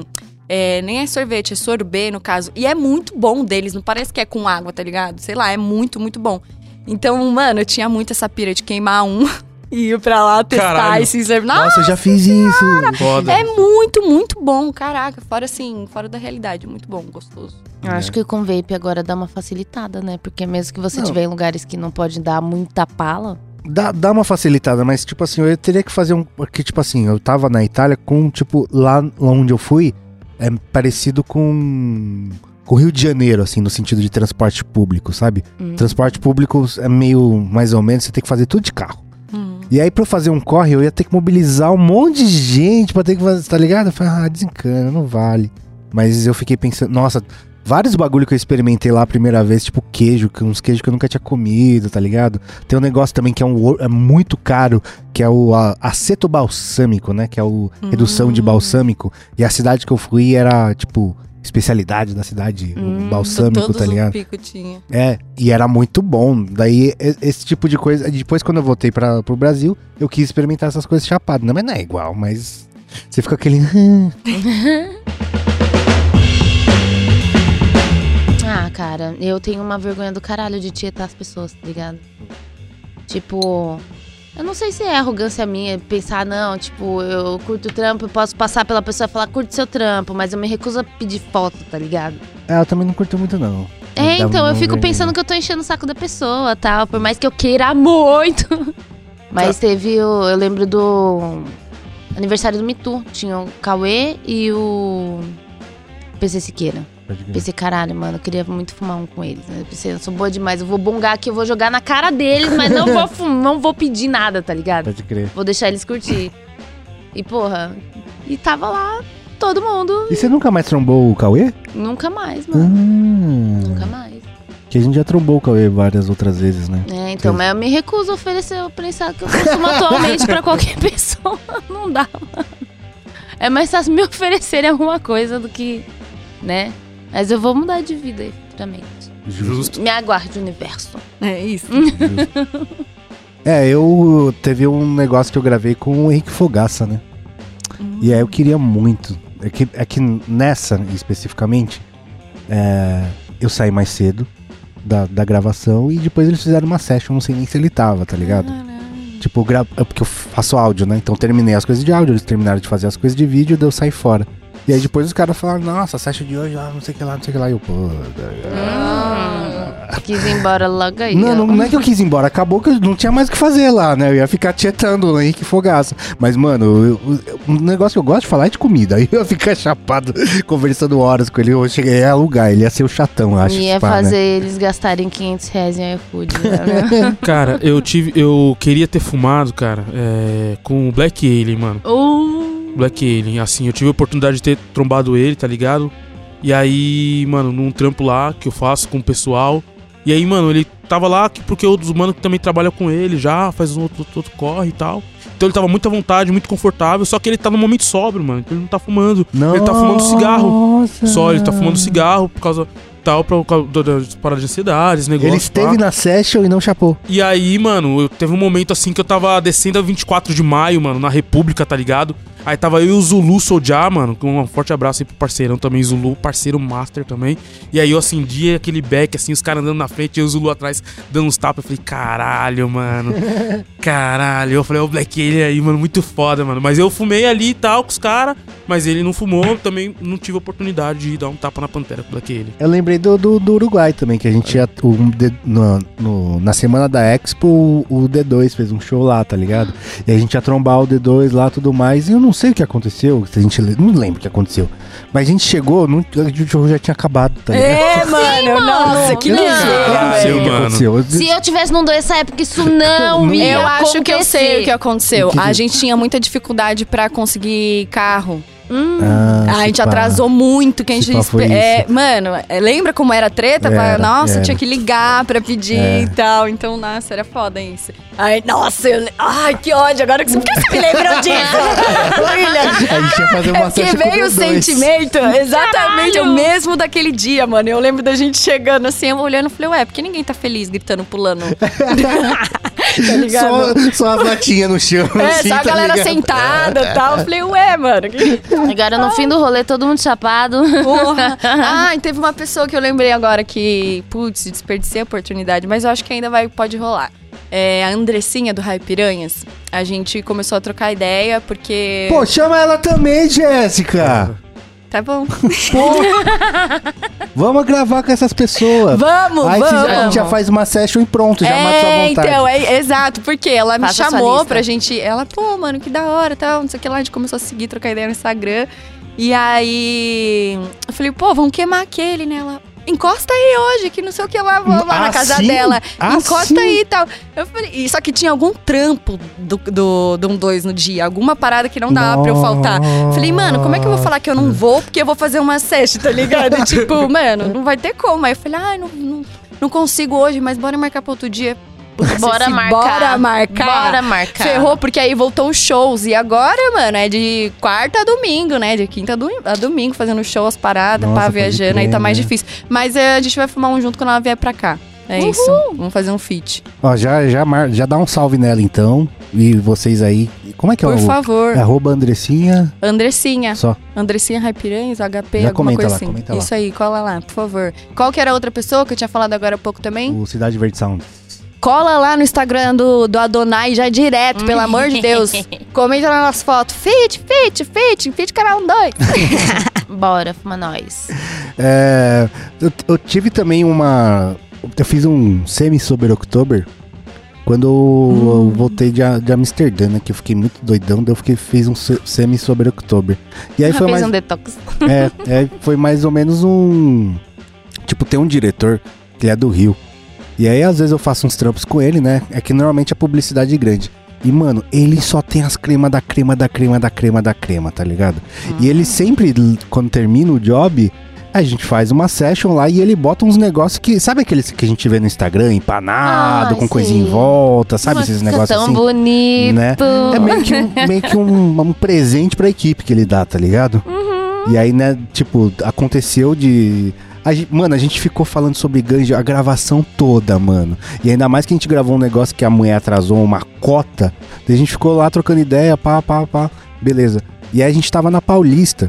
É, nem é sorvete, é sorbet, no caso. E é muito bom deles, não parece que é com água, tá ligado? Sei lá, é muito, muito bom. Então, mano, eu tinha muito essa pira de queimar um e ir pra lá testar Caralho. esse sorvete. Nossa, eu já fiz isso. Foda. É muito, muito bom, caraca. Fora assim, fora da realidade, muito bom, gostoso. Eu acho que com vape agora dá uma facilitada, né? Porque mesmo que você Não. tiver em lugares que não pode dar muita pala... Dá, dá uma facilitada, mas tipo assim, eu teria que fazer um... Porque tipo assim, eu tava na Itália com, tipo, lá, lá onde eu fui, é parecido com... Com o Rio de Janeiro, assim, no sentido de transporte público, sabe? Hum. Transporte público é meio, mais ou menos, você tem que fazer tudo de carro. Hum. E aí, pra eu fazer um corre, eu ia ter que mobilizar um monte de gente pra ter que fazer, tá ligado? Eu falei, ah, desencana, não vale. Mas eu fiquei pensando, nossa, vários bagulho que eu experimentei lá a primeira vez, tipo queijo, que- uns queijos que eu nunca tinha comido, tá ligado? Tem um negócio também que é, um, o- é muito caro, que é o a- aceto balsâmico, né? Que é o redução de balsâmico. E a cidade que eu fui era, tipo, especialidade da cidade, Hum, o balsâmico, Todos tá os ligado? picos tinha. É, e era muito bom. Daí, e- esse tipo de coisa. Depois, quando eu voltei pra, pro Brasil, eu quis experimentar essas coisas chapadas. Não, mas não é igual, mas. Você fica aquele. Ah, cara, eu tenho uma vergonha do caralho de tietar as pessoas, tá ligado? Tipo, eu não sei se é arrogância minha pensar, não, tipo, eu curto o trampo, eu posso passar pela pessoa e falar, curte seu trampo, mas eu me recuso a pedir foto, tá ligado? É, eu também não curto muito, não. É, Dá então, eu uma fico vergonha. pensando que eu tô enchendo o saco da pessoa, tal, por mais que eu queira muito. Mas teve, o, eu lembro do aniversário do Mitu, tinha o Cauê e o P C Siqueira. Pensei, caralho, mano, eu queria muito fumar um com eles. Né? Eu pensei, eu sou boa demais, eu vou bongar aqui, eu vou jogar na cara deles, mas não vou, fum- não vou pedir nada, tá ligado? Pode crer. Vou deixar eles curtir. E, porra, e tava lá todo mundo, E você nunca mais trombou o Cauê? nunca mais, Ah, mano, nunca mais. que a gente já trombou o Cauê várias outras vezes, né? É, então, mas eu me recuso a oferecer o prensado que eu consumo atualmente pra qualquer pessoa. Não dá, mano. É mais fácil me oferecerem alguma coisa do que, né? Mas eu vou mudar de vida aí, futuramente. Justo. Me aguarde, universo. É isso. É, eu teve um negócio que eu gravei com o Henrique Fogaça, né? E aí eu queria muito. É que, é que nessa, especificamente, é, eu saí mais cedo da, da gravação e depois eles fizeram uma session, não sei nem se ele tava, tá ligado? Tipo, gra... é porque eu faço áudio, né? Então terminei as coisas de áudio, eles terminaram de fazer as coisas de vídeo, daí eu saí fora. E aí depois os caras falaram, nossa, a session de hoje, ah, não sei o que lá, não sei o que lá. E eu, pô... Quis ir embora logo aí. Não, ó. não, não é que eu quis ir embora, acabou que eu não tinha mais o que fazer lá, né? Eu ia ficar tietando o Henrique Fogaça. Mas, mano, eu- eu- um negócio que eu gosto de falar é de comida. Aí eu ia ficar chapado, conversando horas com ele. Eu cheguei a alugar, ele ia ser o chatão, eu acho. Ia pá, fazer né? eles gastarem quinhentos reais em iFood. Né? Cara, eu tive. Eu queria ter fumado, cara, é, com o Black Alien, mano. uh, Black Alien, assim, eu tive a oportunidade de ter trombado ele, tá ligado? E aí, mano, num trampo lá que eu faço com o pessoal. E aí, mano, ele tava lá que- porque outros mano que também trabalham com ele já, faz um outro, outro corre e tal. Então ele tava muito à vontade, muito confortável, só que ele tá no momento sóbrio, mano. Ele não tá fumando. Ele tá fumando cigarro. Nossa. Só, ele tá fumando cigarro por causa tal, por causa da- das paradas de ansiedade, esse negócio. Ele esteve pá. na session e não chapou. E aí, mano, eu teve um momento assim que eu tava descendo a vinte e quatro de maio, mano, na República, tá ligado? Aí tava eu e o Zulu Soljá, mano, com um forte abraço aí pro parceirão também, Zulu, parceiro master também. E aí eu acendi aquele beck, assim, os caras andando na frente e eu, o Zulu atrás, dando uns tapas. Eu falei, caralho, mano. Caralho. Eu falei, ó, o Black Alien aí, mano, muito foda, mano. Mas eu fumei ali e tal com os caras, mas ele não fumou, também não tive a oportunidade de dar um tapa na pantera com o Black Alien. Eu lembrei do, do, do Uruguai também, que a gente ia. O, D- no, no- na semana da Expo, o, o D dois fez um show lá, tá ligado? E a gente ia trombar o D dois lá e tudo mais. E eu não sei o que aconteceu. Se a gente, le- não lembro o que aconteceu. Mas a gente chegou, não, o show já tinha acabado, tá ligado? É, mano, nossa, que Eu não sei ligeira, Ah, o seu que velho. mano. aconteceu. Se eu tivesse num dois nessa época, isso não ia Eu acho que eu acontecer. sei o que aconteceu. O que que- A gente tinha muita dificuldade pra conseguir carro. Hum, Ah, a gente se pá. atrasou muito, que a Se gente... pá, foi é, isso. mano, é, lembra como era a treta? Pra- Era, nossa, era. tinha que ligar pra pedir É. e tal. Então, nossa, era foda isso. Ai, nossa, eu... Ai, que ódio. Agora que você... Por que você me lembrou disso? William, A gente ia fazer uma é porque session com veio o D dois. sentimento, exatamente, Caralho. o mesmo daquele dia, mano. Eu lembro da gente chegando assim, eu olhando e falei, ué, por que ninguém tá feliz, gritando, pulando? tá ligado? Só, só as latinhas no chão. É, assim, só a tá galera ligado? sentada e tal. Eu falei, ué, mano. Que... Agora no fim do rolê, todo mundo chapado. Porra. Ah, e teve uma pessoa que eu lembrei agora que, putz, desperdicei a oportunidade, mas eu acho que ainda vai, pode rolar. É, a Andressinha do Raio Piranhas. A gente começou a trocar ideia porque... Pô, chama ela também, Jéssica. Tá bom. Pô, vamos gravar com essas pessoas. Vamos, Aí vamos. a gente já faz uma session e pronto, já mata sua É, vontade. então, é exato, porque ela me Faça a sua chamou lista. pra gente. Ela, pô, mano, que da hora, tal, não sei o que lá. A gente começou a seguir, trocar ideia no Instagram. E aí eu falei, pô, vamos queimar aquele, né? Ela, encosta aí hoje, que não sei o que lá, vamos lá na casa Assim? dela. Assim? Encosta aí e tal. Eu falei, e só que tinha algum trampo do, do, do um dois no dia, alguma parada que não dava pra eu faltar. Falei, mano, como é que eu vou falar que eu não vou porque eu vou fazer uma session, tá ligado? E, tipo, mano, não vai ter como. Aí eu falei, ai, não, não, não consigo hoje, mas bora marcar pra outro dia. Putz, Bora esse marcar. Bora marcar. Bora marcar. Ferrou, porque aí voltou os shows. E agora, mano, é de quarta a domingo, né? De quinta a, do, a domingo, fazendo show, as paradas, Nossa, pá, pode viajando. crer, Aí tá mais né? difícil. Mas é, a gente vai fumar um junto quando ela vier pra cá. É Uhul. isso. Vamos fazer um feat. Ó, já, já, mar- já dá um salve nela então. E vocês aí. Como é que é Por o. favor. É arroba Andressinha. Andressinha. Só. Andressinha Raipiranhas, H P, Já alguma comenta coisa lá, assim. comenta lá. Isso aí, cola lá, por favor. Qual que era a outra pessoa que eu tinha falado agora há pouco também? O Cidade Verde Sound. Cola lá no Instagram do, do Adonai já direto, pelo amor de Deus. Comenta nas nossas fotos. Fit, fit, fit, fit canal dois. Bora, fuma nós. É, eu, eu tive também uma. Eu fiz um semi sobre October quando eu, eu voltei de, A- de Amsterdã, né? Que eu fiquei muito doidão, daí eu fiquei, fiz um se- semi sobre October. E aí Já foi fez mais. um detox. É, é, foi mais ou menos um. Tipo, tem um diretor que ele é do Rio. E aí, às vezes, eu faço uns trampos com ele, né? É que normalmente a publicidade é grande. E, mano, ele só tem as cremas da crema, da crema, da crema, da crema, tá ligado? E ele sempre, l- quando termina o job, a gente faz uma session lá e ele bota uns negócios que... Sabe aqueles que a gente vê no Instagram, empanado, Ah, com coisinha em sim. volta, sabe esses Nossa, negócios tão assim? bonito. Né? É meio que, um, meio que um, um presente pra equipe que ele dá, tá ligado? Uhum. E aí, né, tipo, aconteceu de... a gen- mano, a gente ficou falando sobre ganja a gravação toda, mano. E ainda mais que a gente gravou um negócio que a mulher atrasou uma cota. Daí a gente ficou lá trocando ideia, pá, pá, pá. Beleza. E aí a gente tava na Paulista.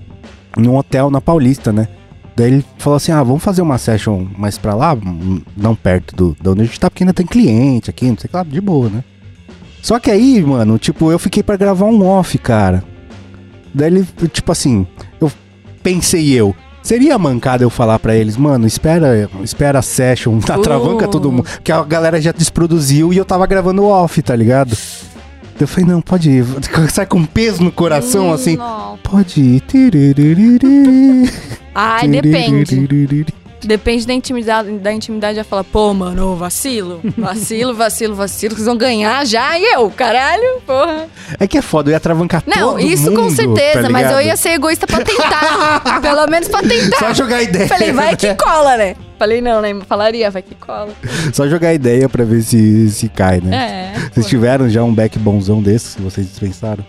Num hotel na Paulista, né? Daí ele falou assim, ah, vamos fazer uma session mais pra lá, hum, não perto do, de onde a gente tá, porque ainda tem cliente aqui, não sei o que lá, de boa, né? Só que aí, mano, tipo, eu fiquei pra gravar um off, cara. Daí ele, tipo assim, eu pensei eu, seria mancada eu falar pra eles, mano, espera, espera a session, tá Uh. travanca todo mundo, porque a galera já desproduziu e eu tava gravando off, tá ligado? Eu falei, não, pode ir, sai com peso no coração, assim, Não. pode ir. Tiririririri. Ai, depende. Tiririririri. Depende da intimidade, da intimidade já fala, pô, mano, vacilo, vacilo, vacilo, vacilo, que vocês vão ganhar já, e eu, caralho, porra. É que é foda, eu ia travancar todo Não, mundo, isso com certeza, tá mas eu ligado? ia ser egoísta pra tentar, pelo menos pra tentar. Só jogar ideia. Falei, vai que cola, né? Falei, não, né? Falaria, vai que cola. Só jogar ideia pra ver se, se cai, né? É. Vocês tiveram já um back bonzão desses que vocês dispensaram?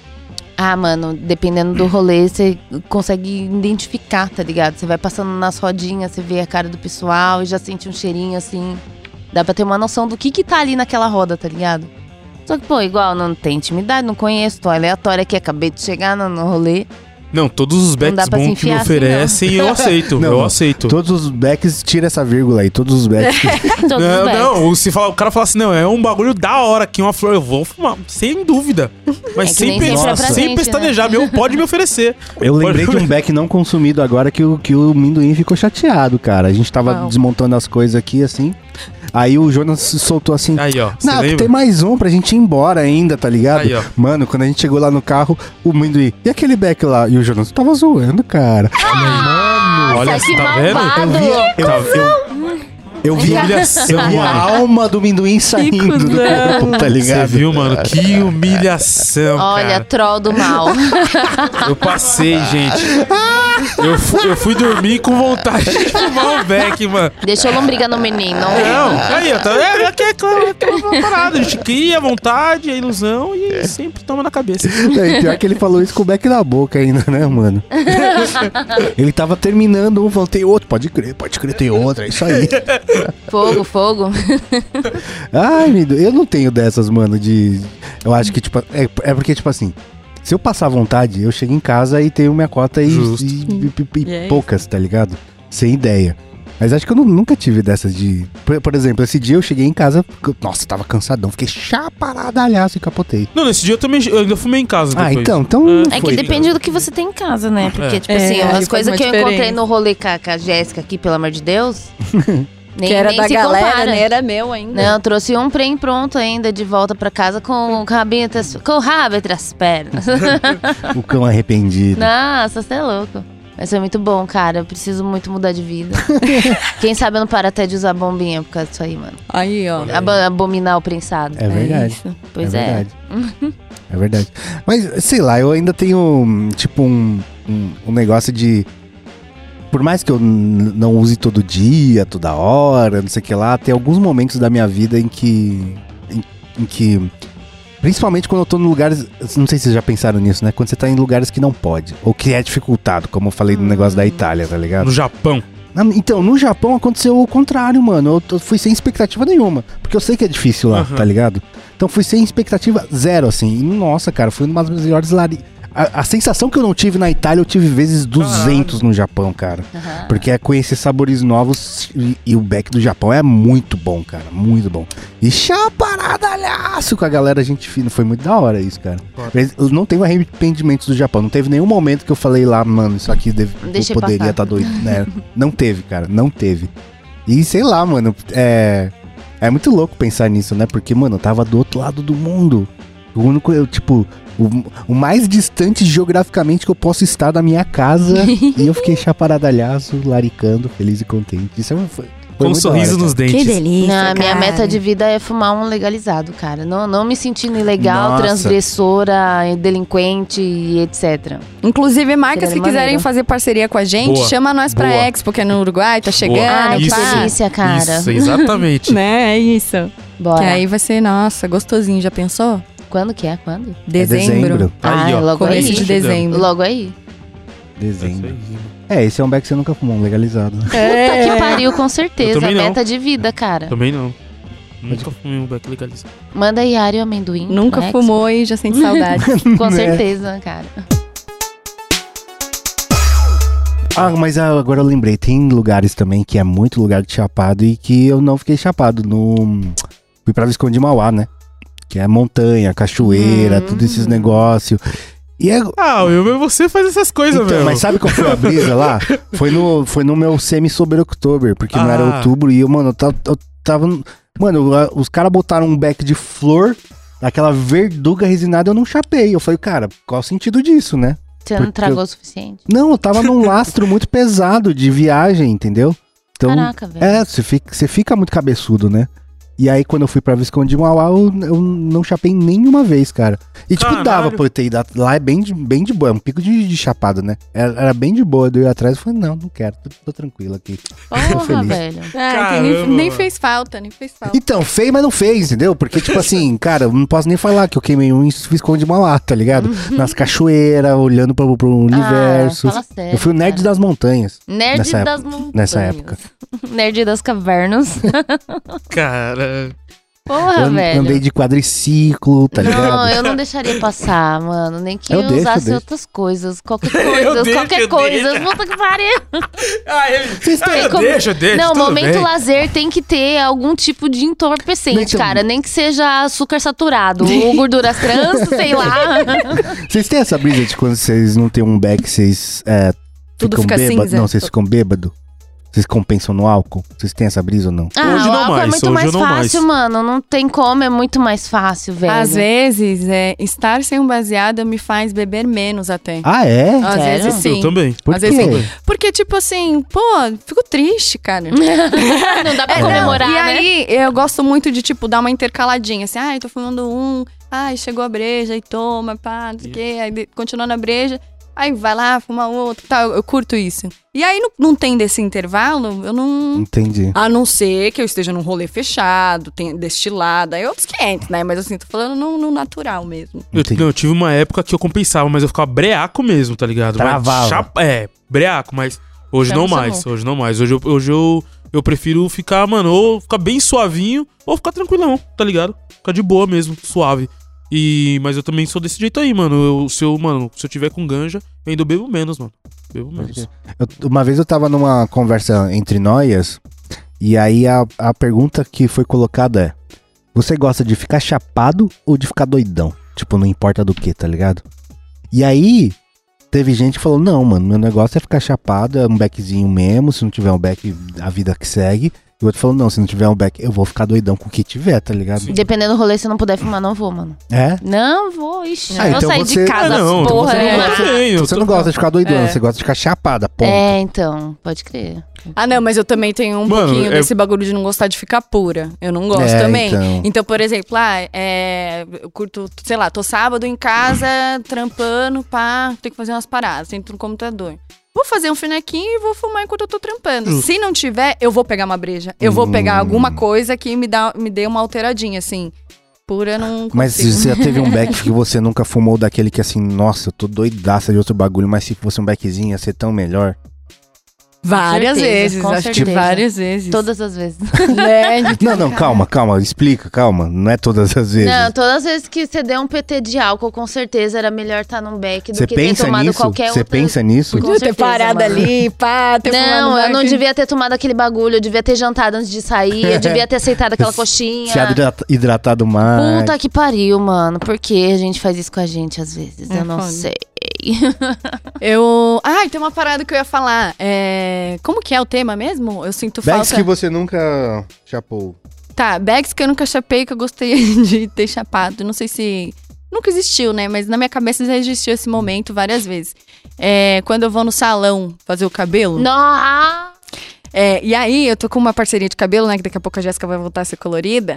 Ah, mano, dependendo do rolê, você consegue identificar, tá ligado? Você vai passando nas rodinhas, você vê a cara do pessoal e já sente um cheirinho assim. Dá pra ter uma noção do que que tá ali naquela roda, tá ligado? Só que, pô, igual, não tem intimidade, não conheço, tô aleatória aqui, acabei de chegar no, no rolê. Não, todos os Não dá backs pra se bons que me enfiar assim, oferecem, eu aceito. Não, eu não. aceito. Todos os backs, tira essa vírgula aí, todos os backs. Todos Não, os backs. não, se fala, o cara fala assim, não, é um bagulho da hora aqui, uma flor, eu vou fumar, sem dúvida. Mas É que sem, nem sempre pensar, é pra sem gente, pestanejar, meu, pode me oferecer. Eu lembrei de um back não consumido agora que o, que o Minduim ficou chateado, cara. A gente tava Qual? desmontando as coisas aqui, assim. Aí o Jonas soltou assim... Aí, ó, você Não, lembra? tem mais um pra gente ir embora ainda, tá ligado? Aí, ó. Mano, quando a gente chegou lá no carro, o Minduim... E aquele back lá? E o Jonas tava zoando, cara. Mano... Olha, Nossa, que tá vendo? malvado. Eu vi, eu, Tá eu, eu vi, Humilhação, eu vi a mano. alma do Minduim saindo do cuzão. corpo, tá Você ligado? viu, mano? Que humilhação, Olha, cara. troll do mal. Eu passei, gente. Eu fui, eu fui dormir com vontade de fumar um beck, mano. Deixou lombriga no menino. Não, aí, ó, tá vendo? É aquela, aquela parada. A gente cria a vontade, a ilusão e sempre toma na cabeça. É, pior que ele falou isso com o beck na boca ainda, né, mano? Ele tava terminando um, falou, tem outro, pode crer, pode crer, tem outro, é isso aí. Fogo, fogo. Ai, meu Deus, eu não tenho dessas, mano, de... Eu acho que, tipo, é, é porque, tipo assim, se eu passar vontade, eu chego em casa e tenho minha cota e, Justo. e, e, e, e E é poucas, tá ligado? Sem ideia. Mas acho que eu nu- nunca tive dessas de... Por, por exemplo, esse dia eu cheguei em casa, nossa, tava cansadão, fiquei chaparadalhaço e capotei. Não, nesse dia eu também eu ainda fumei em casa Ah, depois. então, então É. não É que foi. depende do que você tem em casa, né? Porque, É. tipo É, assim, aí as faz coisas uma que eu encontrei diferença. no rolê com a, com a Jéssica aqui, pelo amor de Deus, nem, que era nem da se galera, compara. nem era meu ainda. Não, eu trouxe um prem pronto ainda de volta pra casa com o rabinho entre as, com o rabo entre as pernas. O cão arrependido. Nossa, você é louco. Mas foi muito bom, cara. Eu preciso muito mudar de vida. Quem sabe eu não paro até de usar bombinha por causa disso aí, mano. Aí, ó. Abo- abominar o prensado. É verdade. isso. Pois é é. verdade. É verdade. Mas, sei lá, eu ainda tenho, tipo, um, um, um negócio de... Por mais que eu n- não use todo dia, toda hora, não sei o que lá, tem alguns momentos da minha vida em que... Em, em que... Principalmente quando eu tô em lugares... Não sei se vocês já pensaram nisso, né? Quando você tá em lugares que não pode. Ou que é dificultado, como eu falei no negócio da Itália, tá ligado? No Japão. Na- Então, no Japão aconteceu o contrário, mano. Eu, t- fui sem expectativa nenhuma. Porque eu sei que é difícil lá, Aham. tá ligado? Então fui sem expectativa zero, assim. E, nossa, cara, foi uma das melhores lari... A, a sensação que eu não tive na Itália, eu tive vezes duzentos no Japão, cara. Aham. Porque é conhecer sabores novos e, e o beck do Japão é muito bom, cara. Muito bom. E chaparadalhaço com a galera, gente fina. Foi muito da hora isso, cara. Mas eu não tenho arrependimentos do Japão. Não teve nenhum momento que eu falei lá, mano, isso aqui deve, eu Deixei poderia passar. estar doido, né? Não teve, cara. Não teve. E sei lá, mano, é... É muito louco pensar nisso, né? Porque, mano, eu tava do outro lado do mundo. O único, eu, tipo, o, o mais distante geograficamente que eu posso estar da minha casa. E eu fiquei chaparadalhaço, laricando, feliz e contente. Isso é um- foi, foi Com um muito da sorriso hora, nos cara. dentes. delícia. Não, a minha cara. meta de vida é fumar um legalizado, cara. Não, não me sentindo ilegal, Nossa. transgressora, delinquente e etcétera. Inclusive, marcas Seria que quiserem maneiro. fazer parceria com a gente, Boa. chama nós pra Boa. Expo, que é no Uruguai, tá chegando. Ai, que isso. pá. delícia, cara. Isso, exatamente. Né, é isso. Bora. Que aí vai ser, nossa, gostosinho, já pensou? Quando que é? Quando? É Dezembro. Aí, ah, ó, logo Começo aí. de dezembro. Logo aí. Dezembro. É, esse é um beck que você nunca fumou, um legalizado. Puta que pariu, com certeza. Eu também não. Meta de vida, cara. Também não. Nunca fumei um beck legalizado. Manda Yari o amendoim. Nunca Max. fumou e já sente saudade. Com Né? certeza, cara. Ah, mas ah, agora eu lembrei, tem lugares também que é muito lugar de chapado e que eu não fiquei chapado. No... Fui pra Visconde de Mauá, né? Que é montanha, cachoeira, Hum. tudo esses negócios. E é... Ah, eu, você faz essas coisas, Então, velho. mas sabe qual foi a brisa lá? Foi no, foi no meu semi-sober October, porque não era Ah. outubro e eu, mano, eu tava... Eu tava mano, a- os caras botaram um beck de flor, aquela verduga resinada, eu não chapei. Eu falei, cara, qual o sentido disso, né? Você não Porque tragou eu- o suficiente? Não, eu tava num lastro muito pesado de viagem, entendeu? Então, Caraca, velho. é, você fica, você fica muito cabeçudo, né? E aí, quando eu fui pra Visconde de Mauá, eu, eu não chapei nenhuma vez, cara. E, tipo, Caralho. dava pra eu ter ido. Lá é bem de, bem de boa, é um pico de, de chapado, né? Era, era bem de boa. Eu ia atrás e falei, não, não quero, tô, tô tranquilo aqui. Porra, feliz. velho. Ah, que nem, Caramba. nem fez falta, nem fez falta. Então, feio, mas não fez, entendeu? Porque, tipo assim, cara, eu não posso nem falar que eu queimei um em Visconde de Mauá, tá ligado? Nas cachoeiras, olhando pro, pro universo. Ah, fala sério, eu fui o nerd cara. das montanhas. Nerd nessa das época- montanhas. nessa época. Nerd das cavernas. Cara. Porra, eu velho. andei de quadriciclo, tá ligado? Não, eu não deixaria passar, mano. Nem que Eu eu, deixo, eu usasse deixo. outras coisas. Qualquer Eu coisa, deixo, qualquer eu coisa. deixo. Puta que pariu. Ah, ele... Vocês ah, têm eu como- deixo, eu deixo. Não, tudo momento bem. lazer tem que ter algum tipo de entorpecente, Então- cara. Nem que seja açúcar saturado ou gorduras trans, sei lá. Vocês têm essa brisa de quando vocês não têm um beck, vocês é, Tudo ficam fica bêbado? cinza. Não, vocês ficam bêbado? Vocês compensam no álcool? Vocês têm essa brisa ou não? Ah, Hoje o não álcool é mais, muito hoje mais eu não fácil, mais. mano. Não tem como, é muito mais fácil, velho. Às vezes, é, estar sem um baseado me faz beber menos até. Ah, é? Às sério? vezes sim. Eu também. Por Às quê? vezes sim. Porque, tipo assim, pô, fico triste, cara. Não dá pra É, não, comemorar, e né? aí, eu gosto muito de, tipo, dar uma intercaladinha. Assim, ai, tô fumando um. Ai, chegou a breja e toma, pá, não sei o quê. Aí, de- continuando a breja. Aí vai lá, fuma outro e tal. Eu, eu curto isso. E aí não, não tem desse intervalo, eu não... Entendi. A não ser que eu esteja num rolê fechado, tem destilado, aí outros quinhentos, né? Mas assim, tô falando no, no natural mesmo. Eu, não, eu tive uma época que eu compensava, mas eu ficava breaco mesmo, tá ligado? Travava. Mas chapa- é, breaco, mas hoje Chama não seu mais. amor. Hoje não mais. Hoje, eu, hoje eu, eu prefiro ficar, mano, ou ficar bem suavinho, ou ficar tranquilão, tá ligado? Ficar de boa mesmo, suave. E, mas eu também sou desse jeito aí, mano. Eu, se, eu, mano se eu tiver com ganja, eu ainda bebo menos, mano. Bebo menos. Eu- uma vez eu tava numa conversa entre noias, e aí a, a pergunta que foi colocada é: você gosta de ficar chapado ou de ficar doidão? Tipo, não importa do que, tá ligado? E aí, teve gente que falou: não, mano, meu negócio é ficar chapado, é um beckzinho mesmo, se não tiver um beck, a vida que segue. E o outro falou: não, se não tiver um beck, eu vou ficar doidão com o que tiver, tá ligado? Sim. Dependendo do rolê, se não puder fumar, não vou, mano. É? Não vou, ixi. Ah, vou então sair você- de casa, Ah, não, então porra. você não né? gosta. Bem, eu Você tô- não gosta de ficar doidão, É. você gosta de ficar chapada, ponto. É, então, pode crer. Ah, não, mas eu também tenho um Mano, pouquinho é- desse bagulho de não gostar de ficar pura. Eu não gosto É, também. então. Então, por exemplo, ah, é, eu curto, sei lá, tô sábado em casa, trampando, pá, tenho que fazer umas paradas, entro no computador. Vou fazer um finequinho e vou fumar enquanto eu tô trampando. Justo. Se não tiver, eu vou pegar uma breja. Eu vou Hum. pegar alguma coisa que me, dá, me dê uma alteradinha, assim. Pura eu não Mas consigo. você já teve um beck que você nunca fumou daquele que assim, nossa, eu tô doidaça de outro bagulho, mas se fosse um beckzinho ia ser tão melhor? Várias certeza, vezes, com acho que certeza. várias vezes. Todas as vezes. Né? Não, não, calma, calma, explica, calma. Não é todas as vezes. Não, todas as vezes que você deu um P T de álcool, com certeza era melhor estar num beck do Você que ter pensa tomado nisso? qualquer Você outra. pensa nisso? Com Podia ter certeza, parado mano. ali, pá, ter fumado Não, eu não mais. devia ter tomado aquele bagulho, eu devia ter jantado antes de sair, eu devia ter aceitado aquela coxinha. Se hidrata- hidratado mais. Puta que pariu, mano. Por que a gente faz isso com a gente às vezes? É eu não foda. sei. Eu. Ai, tem uma parada que eu ia falar. É... Como que é o tema mesmo? Eu sinto Bags falta. que você nunca chapou. Tá, bags que eu nunca chapei, que eu gostaria de ter chapado. Não sei se. Nunca existiu, né? Mas na minha cabeça já existiu esse momento várias vezes. É... Quando eu vou no salão fazer o cabelo. Nossa! É, e aí, eu tô com uma parceria de cabelo, né? Que daqui a pouco a Jéssica vai voltar a ser colorida.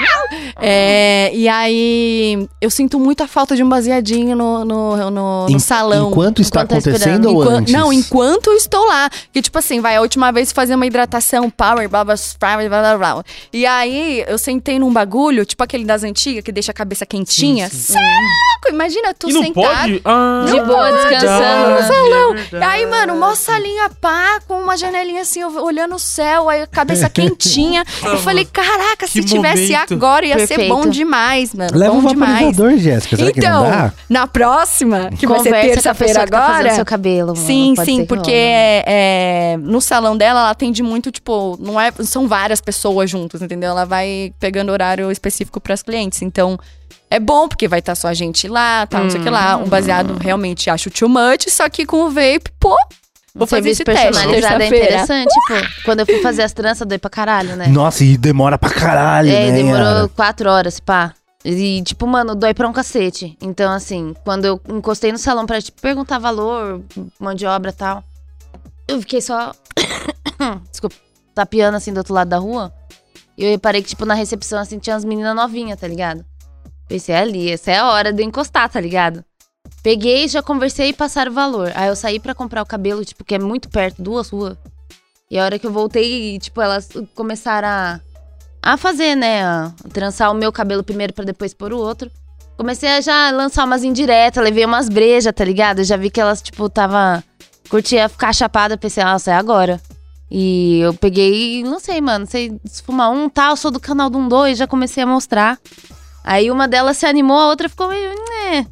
É, e aí, eu sinto muita falta de um baseadinho no, no, no, no En- salão. Enquanto está Enquanto tá acontecendo esperando. ou Enquan- antes? Não, enquanto eu estou lá. Que tipo assim, vai, a última vez fazer uma hidratação, power, blá, blá, blá, blá, blá, blá. E aí, eu sentei num bagulho, tipo aquele das antigas, que deixa a cabeça quentinha. Saco! Imagina, tu E não sentado. pode? Ah, De boa, descansando, né? salão. E aí, mano, mó salinha pá, com uma janelinha assim, eu olhando o céu, aí a cabeça quentinha. Eu falei, caraca, se Que tivesse momento. agora, ia ser Perfeito. bom demais, mano. Leva bom um demais. vaporizador, Jéssica. Será que Então, não dá? na próxima, que vai ser Conversa com a terça-feira pessoa que tá fazendo agora. seu cabelo, mano. Sim, Pode sim, ser que porque rola. é, no salão dela, ela atende muito, tipo, não é, são várias pessoas juntas, entendeu? Ela vai pegando horário específico pras clientes. Então, é bom, porque vai estar só a gente lá, tal, não sei o que lá. Um baseado, realmente, acho too much, só que com o vape, pô, vou Um fazer serviço esse teste personalizado é terça-feira. interessante, pô. Quando eu fui fazer as tranças, dei pra caralho, né? Nossa, e demora pra caralho, É, né, demorou Yara? quatro horas, pá. E, tipo, mano, dói pra um cacete. Então, assim, quando eu encostei no salão pra tipo, perguntar valor, mão de obra e tal, eu fiquei só. Desculpa, tapeando assim do outro lado da rua. E eu reparei que, tipo, na recepção, assim, tinha umas meninas novinhas, tá ligado? Pensei, é ali, essa é a hora de eu encostar, tá ligado? Peguei, já conversei e passaram o valor. Aí eu saí pra comprar o cabelo, tipo, que é muito perto, duas ruas. E a hora que eu voltei, tipo, elas começaram a, a fazer, né? A trançar o meu cabelo primeiro pra depois pôr o outro. Comecei a já lançar umas indiretas, levei umas brejas, tá ligado? Eu já vi que elas, tipo, tava... Curtia ficar chapada, pensei, nossa, é agora. E eu peguei, não sei, mano, sei esfumar um, tal, eu sou do canal do um dois, já comecei a mostrar. Aí uma delas se animou, a outra ficou meio, né?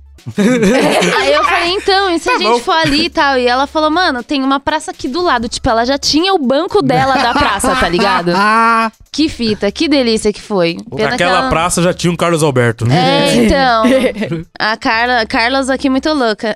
Aí eu falei, então, e se a gente for ali e tal? E ela falou, mano, tem uma praça aqui do lado. Tipo, ela já tinha o banco dela da praça, tá ligado? Que fita, que delícia que foi. Pena que Naquela ela- praça já tinha um Carlos Alberto, né? É, então. A Carla, Carlas aqui muito louca.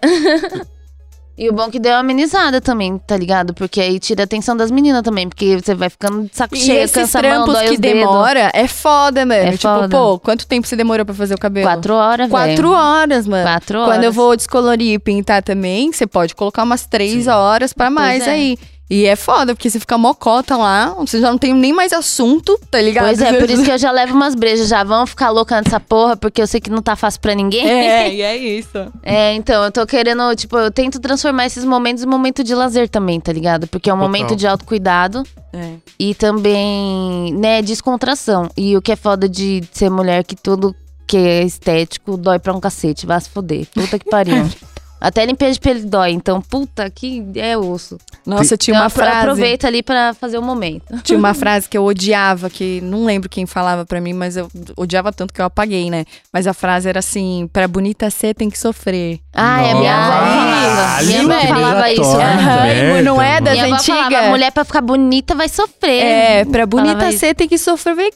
E o bom que deu uma amenizada também, tá ligado? Porque aí tira a atenção das meninas também. Porque você vai ficando de saco E cheio, esses cansa a mão, trampos dói que os dedos. demora é foda, mano. É tipo, foda. pô, quanto tempo você demorou pra fazer o cabelo? Quatro horas, velho. Quatro horas, mano. Quatro horas. Quando eu vou descolorir e pintar também, você pode colocar umas três Sim. horas pra mais Pois é. aí. E é foda, porque você fica mocota lá, você já não tem nem mais assunto, tá ligado? Pois é, por isso que eu já levo umas brejas. Já vão ficar louca nessa porra, porque eu sei que não tá fácil pra ninguém. É, e é isso. É, então, eu tô querendo, tipo, eu tento transformar esses momentos em momento de lazer também, tá ligado? Porque é um Total. momento de autocuidado É. e também, né, descontração. E o que é foda de ser mulher, que tudo que é estético dói pra um cacete, vai se foder. Puta que pariu. Até limpeza de pele dói, então, puta, que é osso. Nossa, tinha Então, uma frase... aproveita ali pra fazer o momento. Tinha uma frase que eu odiava, que não lembro quem falava pra mim, mas eu odiava tanto que eu apaguei, né? Mas a frase era assim, pra bonita ser tem que sofrer. Ah, é, minha avó falava. Minha mãe velho. falava isso. Aleatório. Aham. Merda, Não é das Minha avó antigas? falava, mulher pra ficar bonita vai sofrer. É, pra bonita Falava isso. ser tem que sofrer. Eu falei,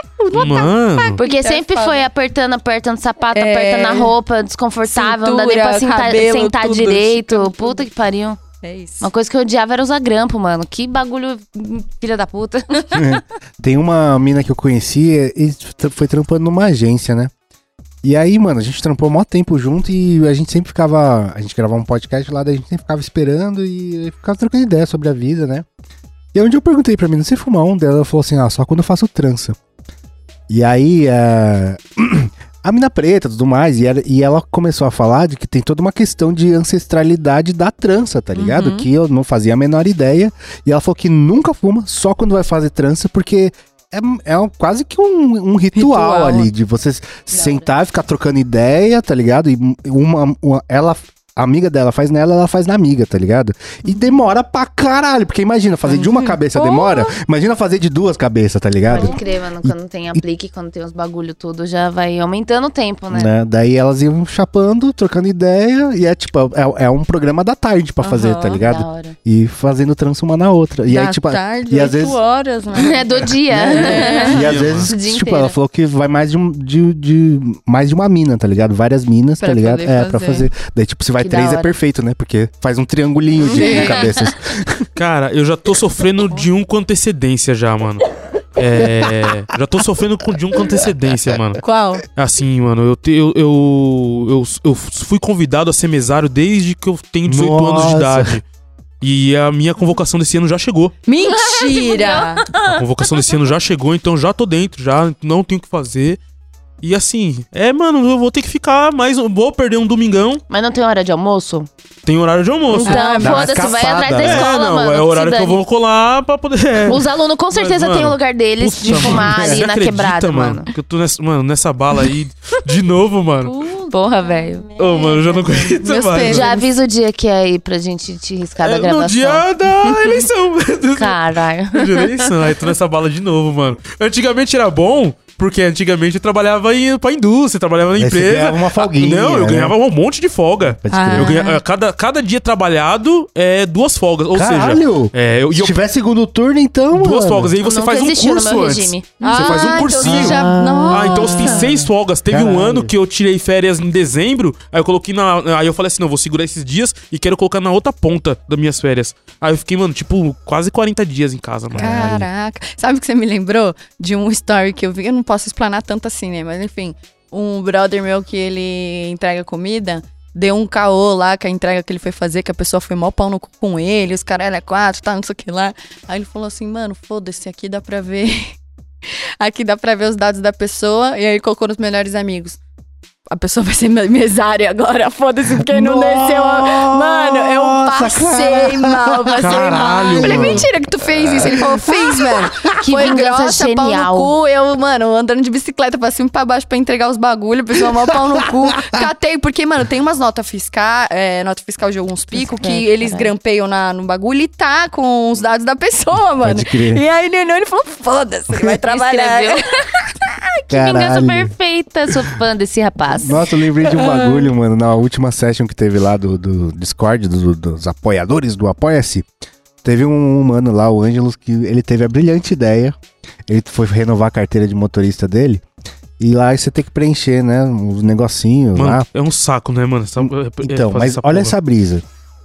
Mano, Porque Então é sempre foda. foi apertando, apertando sapato, É. apertando a roupa, desconfortável, não dá nem pra Cintura, sentar, cabelo, sentar tudo, direito. ficando Puta que pariu. É isso. Uma coisa que eu odiava era usar grampo, mano. Que bagulho, filha da puta. Tem uma mina que eu conheci e t- foi trampando numa agência, né? E aí, mano, a gente trampou mó tempo junto e a gente sempre ficava... A gente gravava um podcast lá, daí a gente sempre ficava esperando e ficava trocando ideia sobre a vida, né? E aí um dia eu perguntei pra mim, você fuma um? Daí ela falou assim, ah, só quando eu faço trança. E aí, é... a mina preta e tudo mais, e, era- e ela começou a falar de que tem toda uma questão de ancestralidade da trança, tá ligado? Uhum. Que eu não fazia a menor ideia. E ela falou que nunca fuma, só quando vai fazer trança, porque é, é um- quase que um, um ritual, Ritual. ali, de você s- sentar e ficar trocando ideia, tá ligado? E uma, uma- ela... A amiga dela faz nela, ela faz na amiga, tá ligado? E demora pra caralho, porque imagina, fazer de uma cabeça demora, imagina fazer de duas cabeças, tá ligado? Pode crer, mano. Quando tem aplique, quando tem os bagulho tudo, já vai aumentando o tempo, né? Né? Daí elas iam chapando, trocando ideia, e é tipo, é, é um programa da tarde pra fazer, Aham, tá ligado? Da hora. E fazendo trança uma na outra. E da aí, tipo, tarde, e às oito vezes. horas, mano. É do dia. E às O vezes, dia tipo, inteiro. ela falou que vai mais de, um, de, de mais de uma mina, tá ligado? Várias minas, Pra tá ligado? poder É, pra fazer. fazer. Daí, tipo, se vai Que da três é hora. perfeito, né? Porque faz um triangulinho de, de cabeças. cara, eu já tô sofrendo de um com antecedência já, mano. É. Já tô sofrendo com- de um com antecedência, mano. Qual? Assim, mano, eu, te- eu, eu, eu, eu fui convidado a ser mesário desde que eu tenho dezoito anos de Nossa. idade. E a minha convocação desse ano já chegou. Mentira! A convocação desse ano já chegou, então já tô dentro, já não tenho o que fazer. E assim, é, mano, eu vou ter que ficar mais. Vou perder um domingão. Mas não tem hora de almoço? Tem horário de almoço. Então, dá uma foda-se, vai escapada. atrás da é, escola, não, mano. é o horário se que eu dane. vou colar pra poder. é. Os alunos com certeza Mas, têm o mano, lugar deles Puta, de fumar mano, ali você na acredita, quebrada, mano. Que eu tô nessa, mano, nessa bala aí de novo, mano. Porra, velho. Ô, mano, eu já não aguento Meus mais. pêsames. Já avisa o dia que é aí pra gente te riscar da É, gravação. no dia da eleição. Caralho. De eleição, aí tô nessa bala de novo, mano. Antigamente era bom, porque antigamente eu trabalhava em, pra indústria, trabalhava na Aí você empresa. ganhava uma folguinha, Não, eu né? ganhava um monte de folga. Pode Ah. crer. Eu ganha, cada, cada dia trabalhado é duas folgas. Ou seja, Caralho! é, eu, e Se eu, tiver segundo turno, então. duas mano. folgas. E aí você Nunca faz um existiu no curso meu antes. regime. Você faz um então cursinho. você já... Ah, Nossa. então você tem seis folgas. Teve um Caralho. ano que eu tirei férias em dezembro. Aí eu coloquei na. Aí eu falei assim: não, vou segurar esses dias e quero colocar na outra ponta das minhas férias. Aí eu fiquei, mano, tipo, quase quarenta dias em casa, mano. Caraca. Sabe o que você me lembrou? De um story que eu vi. Eu não posso explanar tanto assim, né? Mas enfim, um brother meu que ele entrega comida, deu um caô lá com a entrega que ele foi fazer, que a pessoa foi mó pau no cu com ele, os caras é quatro, tá, não sei o que lá. Aí ele falou assim, mano, foda-se, aqui dá pra ver. Aqui dá pra ver os dados da pessoa. E aí ele colocou nos melhores amigos. A pessoa vai ser mesária agora, foda-se, porque não Nossa, desceu. a- Mano, eu passei cara. mal, passei Caralho, mal. Eu falei, mano. mentira que tu fez isso. Ele falou, fiz, mano. Que Foi vingança grossa, genial. pau no cu. Eu, mano, andando de bicicleta pra cima e pra baixo pra entregar os bagulhos. A pessoa mal pau no cu. Catei, porque, mano, tem umas notas fiscais, é, nota fiscal de alguns picos que É, eles caralho. grampeiam na, no bagulho e tá com os dados da pessoa, mano. Pode crer. E aí ele olhou e falou, foda-se, ele vai trabalhar. Escreveu. Que vingança Caralho. perfeita. Sou fã desse rapaz. Nossa, eu lembrei de um bagulho, mano, na última session que teve lá do, do Discord, do- dos apoiadores do Apoia-se. Teve um humano lá, o Ângelos, que ele teve a brilhante ideia. Ele foi renovar a carteira de motorista dele. E lá você tem que preencher, né, uns negocinhos Mano, lá. é um saco, né, mano? Essa- Então, fazer mas olha porra. essa brisa.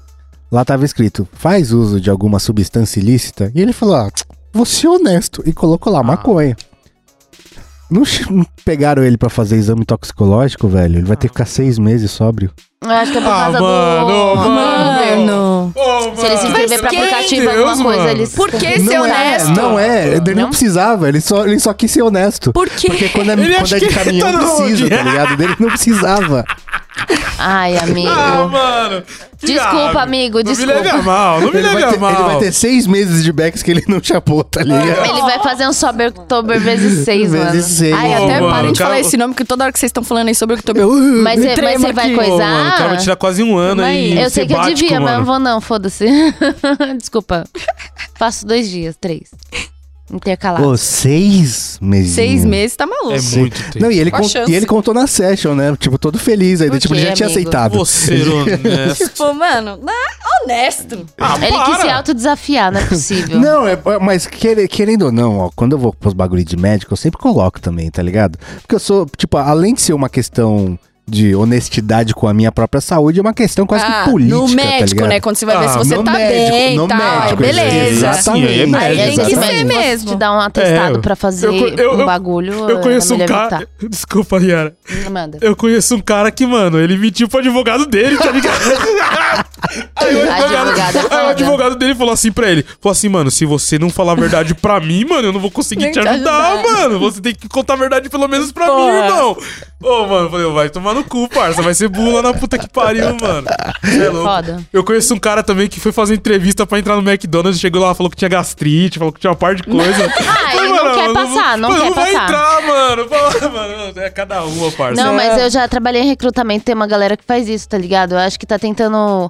Lá tava escrito, faz uso de alguma substância ilícita. E ele falou, ah, vou ser honesto. E colocou lá, Ah. maconha. Não ch- não pegaram ele pra fazer exame toxicológico, velho? Ele vai ter que ficar seis meses sóbrio. Eu acho que é por Ah, causa mano, do... Mano. Ô, Se ele se inscrever pra quem? aplicativo, Deus, alguma coisa, mano. eles... Por que ser Não é, honesto? não é. Ele não, Não? precisava, ele só, ele só quis ser honesto. Por quê? Porque quando é, Ele quando acha é de que caminhão tá no precisa, onde? tá ligado? Dele não precisava. Ai, amigo. Ah, mano. Desculpa, Thiago, amigo, Não desculpa. me leve a mal, não me Ele leve vai, a ter, mal. ele vai ter seis meses de backs que ele não chapou, tá ligado? Ele vai fazer um Sober October vezes seis, mano. Vezes seis. Ai, Ô, até mano, parem de cara, falar eu- esse nome, que toda hora que vocês estão falando aí sobre o que eu tô... Mas você mas você vai Ô, mano, o cara vai coisar? tirar quase um ano aí. Eu sei que eu sabático, devia, mas mano. não vou não, foda-se. Desculpa. Faço dois dias, três. Intercalados. Pô, seis meses. Seis meses, tá maluco. É muito tempo. Não, e ele, Qual a con- chance? e ele contou na session, né? Tipo, todo feliz. Aí, Por tipo, quê, ele já tinha amigo? aceitado. Você, honesto. Tipo, mano, não, honesto. Ah, Ele quis se para. autodesafiar, não é possível. Não, é, mas quer- querendo ou não, ó, quando eu vou pros bagulho de médico, eu sempre coloco também, tá ligado? Porque eu sou, tipo, além de ser uma questão de honestidade com a minha própria saúde, é uma questão quase Ah, que política, no tá médico, ligado? né? Quando você vai ver Ah, se você no tá médico, bem no e tal. médico, Aí beleza. exatamente. Sim, aí é médico, Aí tem que exatamente. ser Você mesmo. te dá um atestado É, pra fazer eu- eu- um eu- bagulho. Eu conheço é um melhor cara. evitar. Desculpa, Yara. Manda. Eu conheço um cara que, mano, ele mentiu pro advogado dele, tá ligado? Aí o advogado, Advogado é aí o foda. advogado dele falou assim pra ele: falou assim, mano, se você não falar a verdade pra mim, mano, eu não vou conseguir Nem te te ajudar, ajudar. mano. Você tem que contar a verdade pelo menos pra mim, Porra. irmão. Ô, mano, eu falei, vai tomar no cu, parça. Vai ser bula na puta que pariu, mano. Cê é louco. Foda. Eu conheço um cara também que foi fazer entrevista pra entrar no McDonald's, chegou lá, falou que tinha gastrite, falou que tinha uma parte de coisa. Ah, ele não quer passar, não mano, quer não vai passar. entrar, mano. Fala, mano, é cada uma, parça. Não, mas eu já trabalhei em recrutamento, tem uma galera que faz isso, tá ligado? Eu acho que tá tentando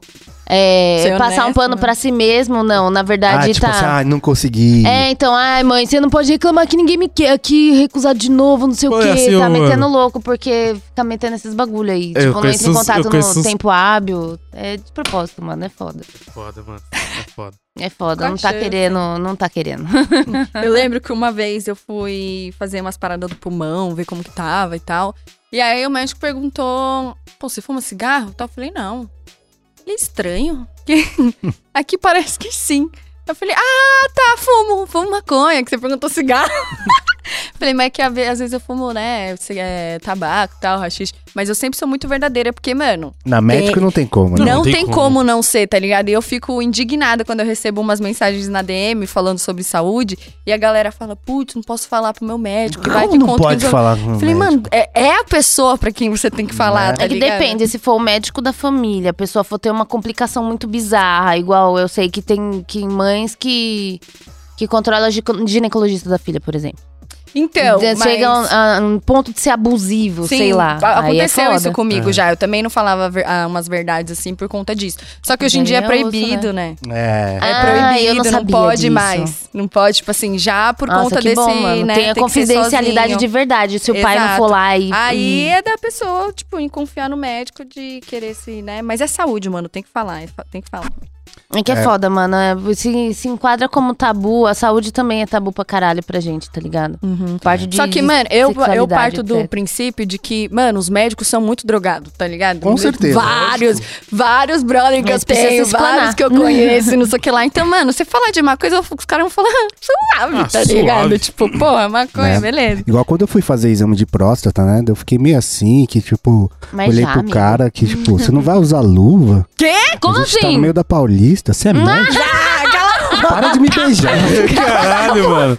é, Ser passar um honesto, pano né? pra si mesmo, não. Na verdade, Ah, tipo tá. assim, ah, não consegui. É, então, ai, mãe, você não pode reclamar que ninguém me quer aqui, recusar de novo, não sei Pô, o quê. é assim, tá ô, metendo mano. louco, porque fica metendo esses bagulho aí. Eu tipo, não conheço entra em uns- contato eu conheço no uns- tempo hábil. É de propósito, mano, é foda. Foda, mano. É foda. É foda, Qual não tá chance? querendo, não tá querendo. Eu lembro que uma vez eu fui fazer umas paradas do pulmão, ver como que tava e tal. E aí o médico perguntou, pô, você fuma cigarro? Eu falei, não. Ele é estranho. Que aqui parece que sim. Eu falei, ah, tá, fumo, fumo maconha, que você perguntou cigarro. Falei, mas é que às vezes eu fumo, né, é, tabaco e tal, rachixe. Mas eu sempre sou muito verdadeira, porque, mano, Na médico não tem como, né? não, não tem tem como. como. não ser, tá ligado? E eu fico indignada quando eu recebo umas mensagens na D M falando sobre saúde e a galera fala, putz, não posso falar pro meu médico, que vai Como que não conta pode que eu-" falar com o Falei, médico? mano, é, é a pessoa pra quem você tem que falar, É. tá É que ligado? depende, se for o médico da família, a pessoa for ter uma complicação muito bizarra, igual eu sei que tem que mães que, que controlam a gico- ginecologista da filha, por exemplo. Então, Chega mas... a um ponto de ser abusivo, Sim, sei lá. a- Aí é aconteceu foda. isso comigo já. Eu também não falava ver- ah, umas verdades assim por conta disso. Só que hoje em dia é Nem eu ouço, proibido, né? É. É Ah, proibido, eu não não, sabia pode disso. mais. Não pode, tipo assim, já por Nossa, conta que desse, bom, mano. né? Tem a tem que ser confidencialidade sozinho. de verdade. Se o pai não Exato. for lá e. Aí e- é da pessoa, tipo, em confiar no médico de querer se, né? Mas é saúde, mano, tem que falar, é fa- tem que falar. É que é, É. foda, mano. É, se, se enquadra como tabu. A saúde também é tabu pra caralho pra gente, tá ligado? Parte de Só que, mano, eu, eu sexualidade, parto do etcétera. princípio de que, mano, os médicos são muito drogados, tá ligado? Com certeza. Vários, vários brother que Mas eu precisa tenho, se explanar. vários que eu conheço, não sei o que lá. Então, mano, você falar de uma coisa, os caras vão falar suave, Ah, tá suave. ligado? Tipo, porra, maconha, Né? beleza. Igual quando eu fui fazer exame de próstata, né? Eu fiquei meio assim, que tipo, Mas olhei já, pro amigo. cara que, tipo, você não vai usar luva? Quê? Como A gente tá assim? no meio da Paulista, você é médico? Ah, cala Para de me beijar. Caralho, mano.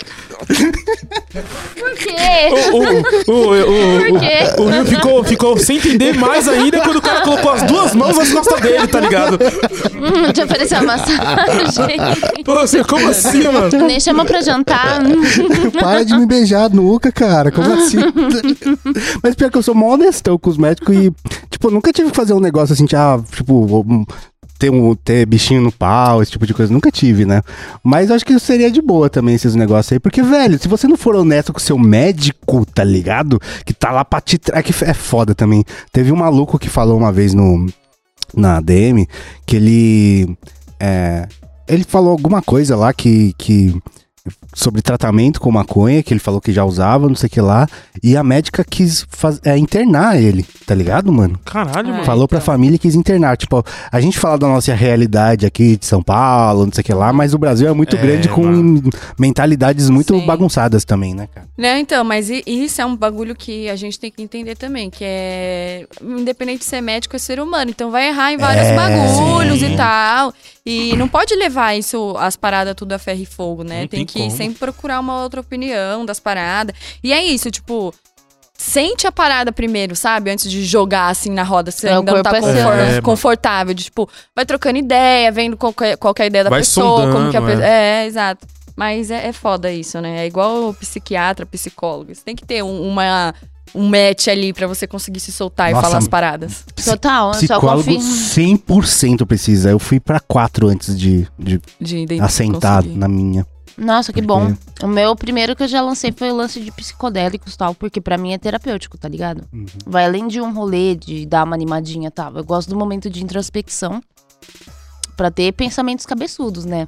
Por quê? O, o, o, o, Por quê? o, o Will ficou, ficou sem entender mais ainda quando o cara colocou as duas mãos nas costas dele, tá ligado? Hum, te ofereceu uma massagem. Pô, você, como assim, mano? Nem chama pra jantar. Para de me beijar, nuca, cara. Como assim? Mas pior que eu sou mó honestão com os médicos e, tipo, nunca tive que fazer um negócio assim, de, ah, tipo, um- ter, um, ter bichinho no pau, esse tipo de coisa. Nunca tive, né? Mas eu acho que seria de boa também esses negócios aí. Porque, velho, se você não for honesto com o seu médico, tá ligado? Que tá lá pra te... É que é foda também. Teve um maluco que falou uma vez no... Na D M, que ele... É, ele falou alguma coisa lá que... que sobre tratamento com maconha, que ele falou que já usava, não sei o que lá, e a médica quis faz, é, internar ele, tá ligado, mano? Caralho, mano. Falou pra família e quis internar. Tipo, a gente fala da nossa realidade aqui de São Paulo, não sei o que lá, mas o Brasil é muito É, grande com mano. mentalidades muito Sim. bagunçadas também, né, cara? Né, então, mas i- isso é um bagulho que a gente tem que entender também, que é, independente de ser médico, é ser humano, então vai errar em vários É, bagulhos sim. e tal, e não pode levar isso, as paradas tudo a ferro e fogo, né, Não tem, tem que como. sempre procurar uma outra opinião das paradas, e é isso, tipo, sente a parada primeiro, sabe, antes de jogar assim na roda, você É, o ainda não tá corpo é confor- seu, né? É, mano. confortável, de, tipo, vai trocando ideia, vendo qual que é, qual que é a ideia da Vai pessoa, como que a sondando, pessoa... É, exato. Mas é, é foda isso, né? É igual o psiquiatra, psicólogo. Você tem que ter um, uma, um match ali pra você conseguir se soltar Nossa, e falar as paradas. Total, eu só Psicólogo confio. cem por cento precisa. Eu fui pra quatro antes de, de De, de assentar conseguir. na minha. Nossa, que Porque- bom. O meu primeiro que eu já lancei foi o lance de psicodélicos e tal, porque pra mim é terapêutico, tá ligado? Uhum. Vai além de um rolê, de dar uma animadinha e tal. Eu gosto do momento de introspecção pra ter pensamentos cabeçudos, né?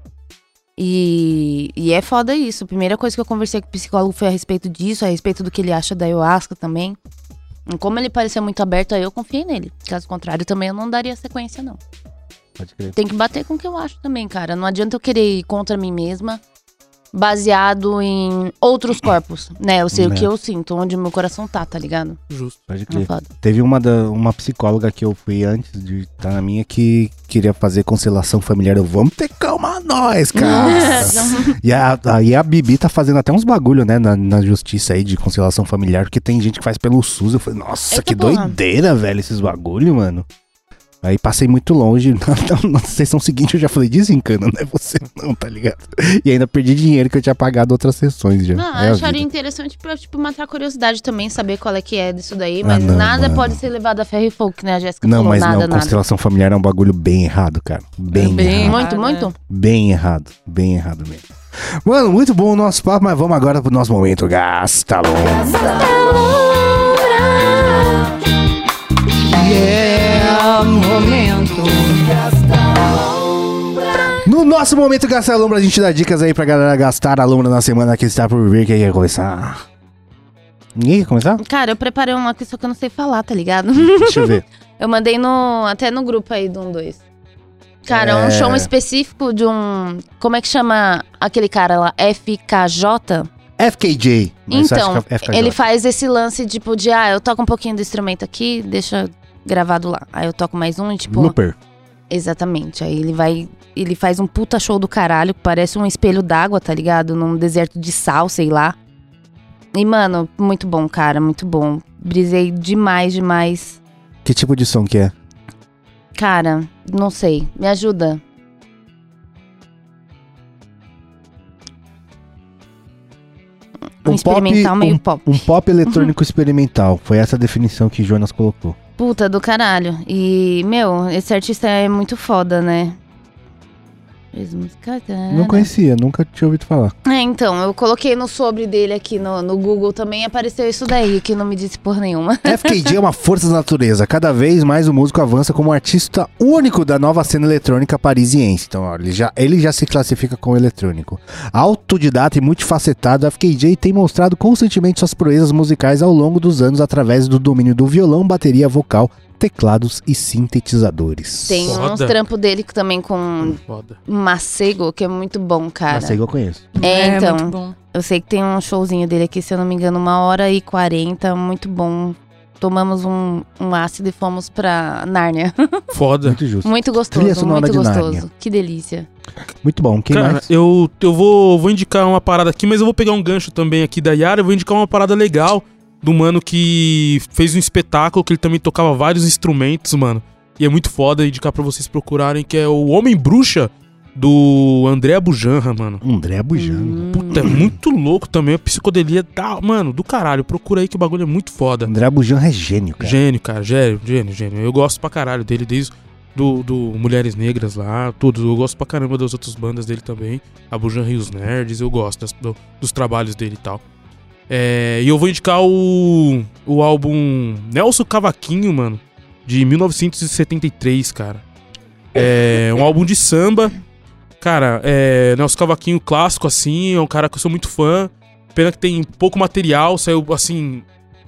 E, e é foda isso. A primeira coisa que eu conversei com o psicólogo foi a respeito disso, a respeito do que ele acha da ayahuasca também. E como ele pareceu muito aberto, aí eu confiei nele. Caso contrário, também eu não daria sequência, não. Pode crer. Tem que bater com o que eu acho também, cara. Não adianta eu querer ir contra mim mesma, baseado em outros corpos, né? Eu sei É. o que eu sinto, onde o meu coração tá, tá ligado? Justo. Pode É crer. foda. Teve uma, da, uma psicóloga que eu fui antes de estar na minha que queria fazer constelação familiar. Eu, vamos ter calma nós, cara. E a, aí a Bibi tá fazendo até uns bagulho, né, na, na justiça aí de constelação familiar, porque tem gente que faz pelo SUS. Eu falei, nossa, Eita que porra. doideira, velho, esses bagulho, mano. Aí passei muito longe. Na, na sessão seguinte eu já falei, desencana, não é você não, tá ligado? E ainda perdi dinheiro que eu tinha pagado outras sessões já. Não, É eu a acharia vida. interessante pra, tipo, matar a curiosidade também, saber qual é que é disso daí, mas Ah, não, nada mano. pode ser levado a ferro e fogo, que né, a Jéssica Não, falou, mas nada, não, nada. constelação familiar é um bagulho bem errado, cara. Bem, É bem errado. Muito, errado, muito. Bem errado. Bem errado mesmo. Mano, muito bom o nosso papo, mas vamos agora pro nosso momento Gasta Lombra. Yeah, momento. No nosso momento Gasta Lombra, a gente dá dicas aí pra galera gastar a lombra na semana que está por vir. Quem quer começar? Ninguém quer começar? Cara, eu preparei uma aqui, só que eu não sei falar, tá ligado? Deixa eu ver. Eu mandei no, até no grupo aí do um dois. Cara, É. um show específico de um... Como é que chama aquele cara lá? F K J? F K J. Mas Então, acho que é F K J. ele faz esse lance, tipo, de... Ah, eu toco um pouquinho do instrumento aqui, deixa gravado lá. Aí eu toco mais um e, tipo... Looper. Exatamente. Aí ele vai... Ele faz um puta show do caralho, que parece um espelho d'água, tá ligado? Num deserto de sal, sei lá. E, mano, muito bom, cara, muito bom. Brisei demais, demais. Que tipo de som que é? Cara, não sei. Me ajuda. Um experimental meio um, pop. Um pop eletrônico experimental. Foi essa a definição que Jonas colocou. Puta do caralho. E, meu, esse artista é muito foda, né? Fez música. Não conhecia, nunca tinha ouvido falar. É, então, eu coloquei no sobre dele aqui no, no Google também, apareceu isso daí, que não me disse por nenhuma. F K J é uma força da natureza. Cada vez mais o músico avança como um artista único da nova cena eletrônica parisiense. Então, ó, ele já, ele já se classifica como eletrônico. Autodidata e multifacetado, F K J tem mostrado constantemente suas proezas musicais ao longo dos anos através do domínio do violão, bateria, vocal, teclados e sintetizadores. Tem Foda. uns trampos dele também com Foda. Macego, que é muito bom, cara. Essa aí eu conheço. É, então. muito bom. Eu sei que tem um showzinho dele aqui, se eu não me engano, uma hora e quarenta, muito bom. Tomamos um, um ácido e fomos pra Nárnia. Foda. Muito justo. Muito Trilha gostoso, sonora muito de gostoso. Nárnia. Que delícia. Muito bom. Quem Cara, mais? eu, eu vou, vou indicar uma parada aqui, mas eu vou pegar um gancho também aqui da Yara. Eu vou indicar uma parada legal do mano que fez um espetáculo, que ele também tocava vários instrumentos, mano. E é muito foda indicar pra vocês procurarem, que é o Homem Bruxa, do André Abujanra, mano. André Bujano. Hum. Puta, é muito louco também. A psicodelia tá, mano, do caralho. Procura aí que o bagulho é muito foda. André Bujano é gênio, cara. Gênio, cara. Gênio, gênio, gênio. Eu gosto pra caralho dele, desde do, do Mulheres Negras lá, tudo. Eu gosto pra caramba das outras bandas dele também. Abujanra e os Nerds, eu gosto das- do- dos trabalhos dele e tal. É, e eu vou indicar o, o álbum Nelson Cavaquinho, mano, de mil novecentos e setenta e três, cara. É um álbum de samba. Cara, é Nelson Cavaquinho clássico, assim, é um cara que eu sou muito fã. Pena que tem pouco material, saiu, assim,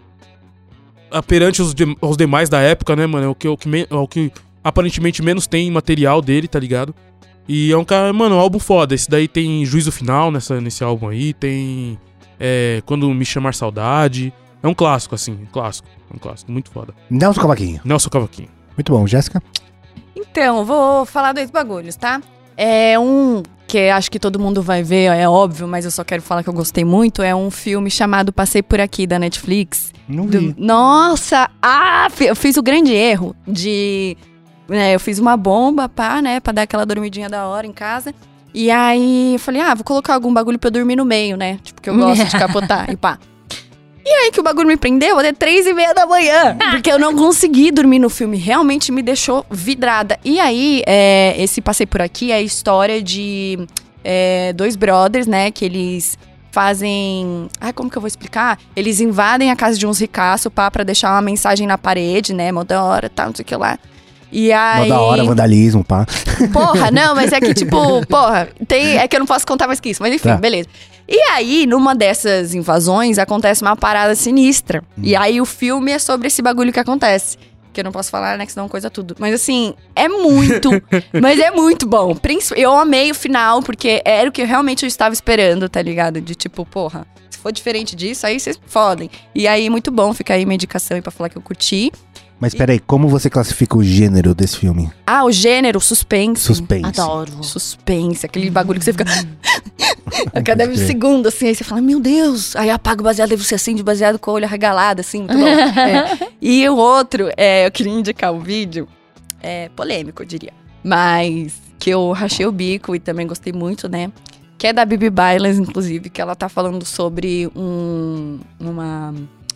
a- perante os, de- os demais da época, né, mano? É o que, o que, me- é o que aparentemente menos tem material dele, tá ligado? E é um cara, mano, é um álbum foda. Esse daí tem Juízo Final nessa, nesse álbum aí, tem É, Quando Me Chamar Saudade. É um clássico, assim, um clássico. Um clássico, muito foda. Nelson Cavaquinho. Nelson Cavaquinho. Muito bom. Jéssica? Então, vou falar dois bagulhos, tá? É um que acho que todo mundo vai ver, é óbvio, mas eu só quero falar que eu gostei muito. É um filme chamado Passei Por Aqui, da Netflix. Não Do- vi. Nossa! Ah, fi- eu fiz o grande erro de... né, eu fiz uma bomba, pá, né? Pra dar aquela dormidinha da hora em casa. E aí, eu falei, ah, vou colocar algum bagulho pra eu dormir no meio, né? Tipo, que eu gosto de capotar e pá. E aí que o bagulho me prendeu, até três e meia da manhã. Porque eu não consegui dormir no filme. Realmente me deixou vidrada. E aí, é, esse Passei Por Aqui é a história de é, dois brothers, né? Que eles fazem... Ai, como que eu vou explicar? Eles invadem a casa de uns ricaços, pá, pra deixar uma mensagem na parede, né? Mó da hora, tal, não sei o que lá. E aí... Mó da hora, vandalismo, pá. Porra, não, mas é que tipo, porra, tem, é que eu não posso contar mais que isso, mas enfim, Tá. beleza. E aí, numa dessas invasões, acontece uma parada sinistra. Hum. E aí o filme é sobre esse bagulho que acontece. Que eu não posso falar, né, que senão coisa tudo. Mas assim, é muito, mas é muito bom. Princi- Eu amei o final, porque era o que realmente eu estava esperando, tá ligado? De tipo, porra, se for diferente disso, aí vocês fodem. E aí, muito bom, fica aí minha indicação aí pra falar que eu curti. Mas peraí, como você classifica o gênero desse filme? Ah, o gênero, suspense. Suspense. Adoro. Suspense, aquele bagulho que você fica... a cada Pode crer. segundo, assim, aí você fala, meu Deus. Aí apaga o baseado, aí você acende o baseado com o olho arregalado, assim, muito bom. É. E o outro, é, eu queria indicar um vídeo, é polêmico, eu diria. Mas que eu rachei o bico e também gostei muito, né? Que é da Bibi Bailes, inclusive, que ela tá falando sobre um... Uma...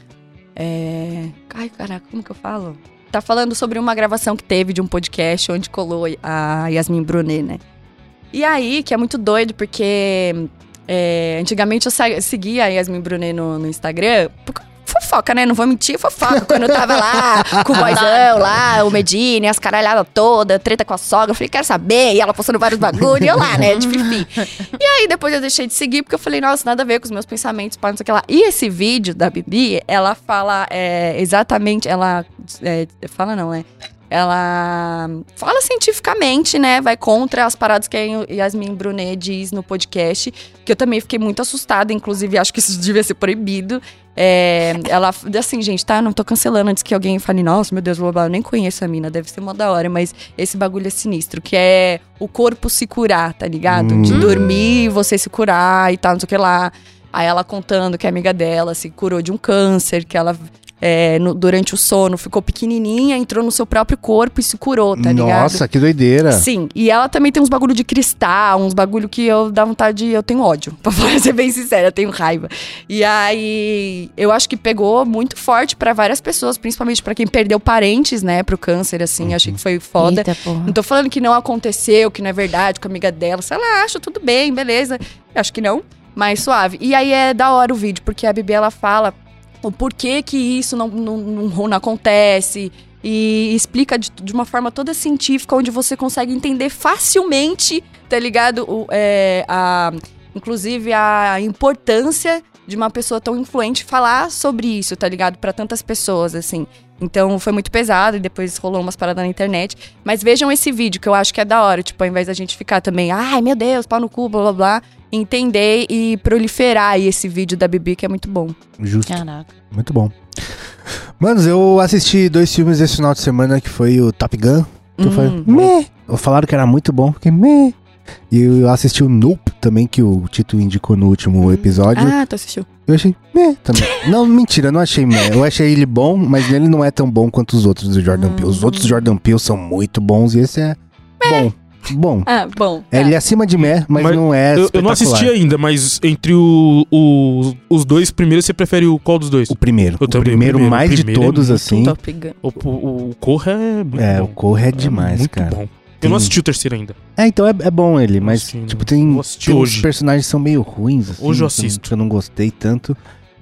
É... Ai, caraca, como que eu falo? Tá falando sobre uma gravação que teve de um podcast onde colou a Yasmin Brunet, né? E aí, que é muito doido, porque é, antigamente eu sa- seguia a Yasmin Brunet no, no Instagram. por- Fofoca, né? Não vou mentir, fofoca. Quando eu tava lá com o boyzão lá, o Medina, as caralhadas toda, treta com a sogra. Eu falei, quero saber. E ela postando vários bagulho, e eu lá, né? De fifi. E aí, depois eu deixei de seguir, porque eu falei, nossa, nada a ver com os meus pensamentos, pá, não sei o que lá. E esse vídeo da Bibi, ela fala é, exatamente, ela... é, fala não, né? Ela fala cientificamente, né? Vai contra as paradas que a Yasmin Brunet diz no podcast, que eu também fiquei muito assustada, inclusive acho que isso devia ser proibido. É, ela, assim, gente, tá? Não tô cancelando antes que alguém fale, nossa, meu Deus, blá, blá, eu nem conheço a mina, deve ser mó da hora, mas esse bagulho é sinistro, que é o corpo se curar, tá ligado? Hum. De dormir, você se curar e tal, não sei o que lá. Aí ela contando que a amiga dela se curou de um câncer, que ela... É, no- durante o sono, ficou pequenininha, entrou no seu próprio corpo e se curou, tá ligado? Nossa, que doideira. Sim, e ela também tem uns bagulho de cristal, uns bagulho que eu dá vontade de... Eu tenho ódio, pra falar- ser bem sincera, eu tenho raiva. E aí, eu acho que pegou muito forte pra várias pessoas, principalmente pra quem perdeu parentes, né, pro câncer, assim, Uhum. achei que foi foda. Eita, porra. Não tô falando que não aconteceu, que não é verdade com a amiga dela. Se ela acha, tudo bem, beleza. Acho que não, mas suave. E aí é da hora o vídeo, porque a Bibi, ela fala o porquê que isso não, não, não, não acontece. E explica de, de uma forma toda científica, onde você consegue entender facilmente, tá ligado? O, é, a, inclusive a importância de uma pessoa tão influente falar sobre isso, tá ligado? Pra tantas pessoas, assim. Então foi muito pesado e depois rolou umas paradas na internet. Mas vejam esse vídeo, que eu acho que é da hora. Tipo, ao invés da gente ficar também, ai meu Deus, pau no cu, blá blá blá. Entender e proliferar aí esse vídeo da Bibi, que é muito bom. Justo. Caraca. Muito bom. Manos, eu assisti dois filmes esse final de semana, que foi o Top Gun. Que eu Hum. falei, meh. Falaram que era muito bom, fiquei meh. E eu assisti o Nope também, que o Tito indicou no último episódio. Ah, tu assistiu. Eu achei meh também. Não, mentira, não achei meh. Eu achei ele bom, mas ele não é tão bom quanto os outros do Jordan Peele. Os outros do Jordan Peele são muito bons e esse é bom. Bom. Ah, bom. Ele é tá. acima de meh, mas, Mas não é Eu, eu não assisti espetacular. ainda, mas entre o, o- os dois primeiros, você prefere o qual dos dois? O primeiro. Eu o também, primeiro, o primeiro. mais O de primeiro é todos, muito assim. Top Gun. O, o, o Corra é muito É, bom. o Corra é demais, muito cara. bom. Eu Tem- não assisti o terceiro ainda. É, então é, é bom ele, mas, assisti, tipo, não. tem, Vou assistir tem uns hoje. personagens que são meio ruins, assim. Hoje eu que assisto. Que eu não gostei tanto.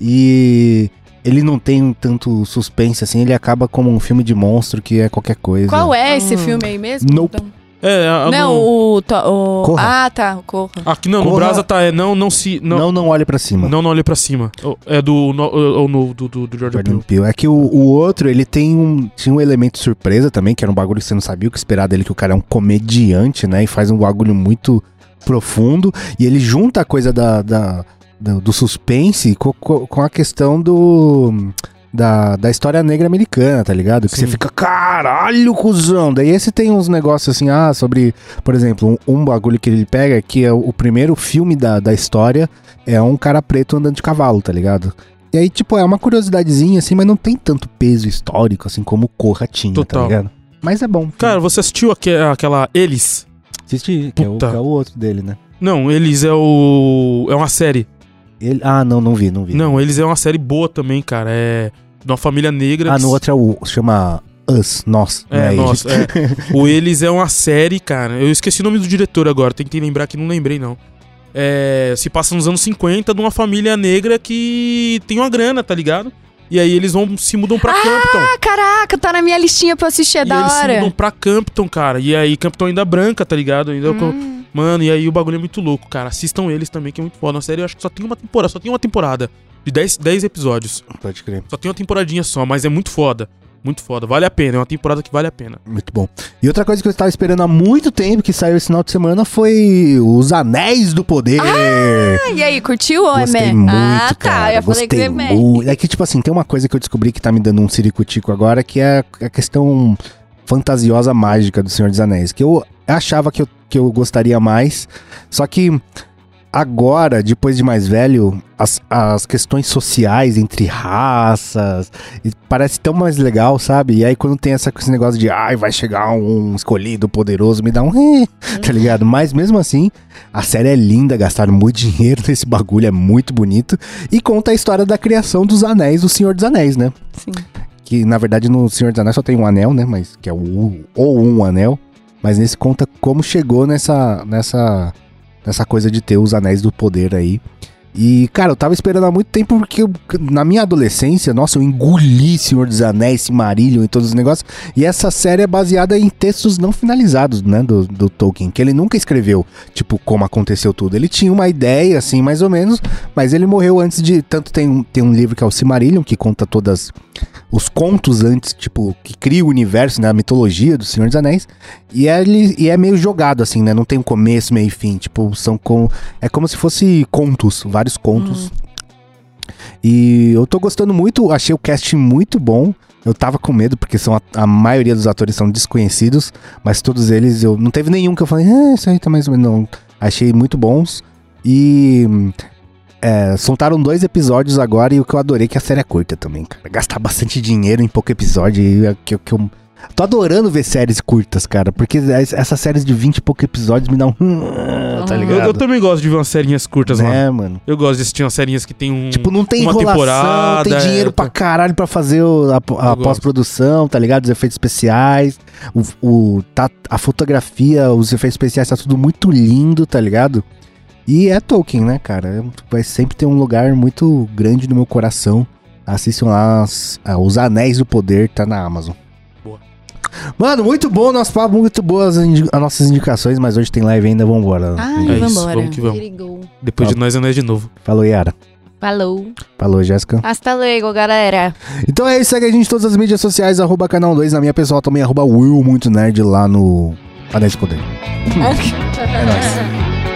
E ele não tem um tanto suspense, assim. Ele acaba como um filme de monstro que é qualquer coisa. Qual é esse Hum. filme aí mesmo? Nope. Então- É, a, a- Não, no- o, to- o... Corra. Ah, tá, o Corra. aqui não, no Corra- Brasa tá, é não, não se... Não, Não, não olhe pra cima. não, não olhe pra cima. O- É do no, o, o novo do, do, do Jordan Jordan Peele. Peele. É que o, o outro, ele tem um, tinha um elemento surpresa também, que era um bagulho que você não sabia o que esperar dele, que o cara é um comediante, né? E faz um bagulho muito profundo. E ele junta a coisa da, da, do, do suspense com, com a questão do... Da, da história negra americana, tá ligado? Que Sim. você fica, caralho, cuzão. Daí esse tem uns negócios assim, ah, sobre, por exemplo, um, um bagulho que ele pega, que é o, o primeiro filme da, da história, é um cara preto andando de cavalo, tá ligado? E aí, tipo, é uma curiosidadezinha, assim, mas não tem tanto peso histórico, assim, como Corra tinha, Total. tá ligado? Mas é bom. Cara, você assistiu aque- aquela Eles? Assisti, que é, o, que Puta. é o outro dele, né? Não, Eles é o... É uma série. Ele, ah, não, não vi, não vi. Não, Eles é uma série boa também, cara. É de uma família negra. Ah, que no s- outro é o, chama Us, Nós. É, né? nossa, é. O Eles é uma série, cara. Eu esqueci o nome do diretor agora. Tentei lembrar que não lembrei, não. É, se passa nos anos cinquenta de uma família negra que tem uma grana, tá ligado? E aí eles vão se mudam pra Campton. Ah, caraca, tá na minha listinha pra assistir, é e da eles se hora. mudam pra Campton, cara. E aí Campton ainda branca, tá ligado? Ainda com- Hum. Mano, e aí o bagulho é muito louco, cara. Assistam eles também, que é muito foda. Na série eu acho que só tem uma temporada, só tem uma temporada. De dez episódios. Pode crer. Só tem uma temporadinha só, mas é muito foda. Muito foda. Vale a pena, é uma temporada que vale a pena. Muito bom. E outra coisa que eu estava esperando há muito tempo que saiu esse final de semana foi Os Anéis do Poder. Ah, e aí, curtiu ou é Gostei meh? muito, Ah, tá, cara. eu falei que Gostei é meh. muito. É que, tipo assim, tem uma coisa que eu descobri que tá me dando um ciricutico agora, que é a questão fantasiosa mágica do Senhor dos Anéis. Que eu achava que eu, que eu gostaria mais, só que agora, depois de mais velho, as, as questões sociais entre raças e parece tão mais legal, sabe? E aí quando tem essa, esse negócio de ai, vai chegar um escolhido poderoso, me dá um tá ligado? Mas mesmo assim, a série é linda, gastaram muito dinheiro nesse bagulho, é muito bonito. E conta a história da criação dos anéis do Senhor dos Anéis, né? Sim. Que na verdade no Senhor dos Anéis só tem um anel, né? Mas que é o ou um anel. Mas nesse conta como chegou nessa, nessa, nessa coisa de ter os anéis do poder aí. E, cara, eu tava esperando há muito tempo porque eu, na minha adolescência, nossa, eu engoli Senhor dos Anéis, Silmarillion e todos os negócios. E essa série é baseada em textos não finalizados, né, do, do Tolkien, que ele nunca escreveu, tipo, como aconteceu tudo. Ele tinha uma ideia, assim, mais ou menos, mas ele morreu antes de... Tanto tem, um- tem um livro que é o Silmarillion, que conta todas os contos antes, tipo, que cria o universo, né, a mitologia do Senhor dos Anéis. E, ele, e é meio jogado, assim, né, não tem um começo, meio e fim. Tipo, são com... É como se fosse contos, vários contos. E eu tô gostando muito, achei o casting muito bom. Eu tava com medo, porque são a, a maioria dos atores são desconhecidos, mas todos eles, eu não teve nenhum que eu falei, ah, isso aí tá mais ou menos, não. Achei muito bons. E é, soltaram dois episódios agora, e o que eu adorei é que a série é curta também, cara. Gastar bastante dinheiro em pouco episódio, e é que, que eu... Tô adorando ver séries curtas, cara, porque es- essas séries de vinte e poucos episódios me dão... Tá Eu, ligado? eu também gosto de ver umas serinhas curtas, mano. É, mano. Eu gosto de assistir umas serinhas que tem um. Tipo, não tem uma enrolação, temporada, tem dinheiro é, pra caralho pra fazer o- a, a gosto. pós-produção, tá ligado? Os efeitos especiais, o, o- tá, a fotografia, os efeitos especiais, tá tudo muito lindo, tá ligado? E é Tolkien, né, cara? É- Vai sempre ter um lugar muito grande no meu coração. Assistam lá as- ah, Os Anéis do Poder, tá na Amazon. Boa. Mano, muito bom o nosso papo, muito boas as, indi- as nossas indicações, mas hoje tem live ainda, vambora. Ai, É isso, vambora. vamos que vamos. Perigo. Depois de nós anéis de novo. Falou, Yara. Falou. Falou, Jéssica. Hasta luego, galera. Então é isso, segue a gente em todas as mídias sociais, arroba canal dois, na minha pessoal também, arroba Will Muito Nerd lá no Anéis do Poder. É nóis.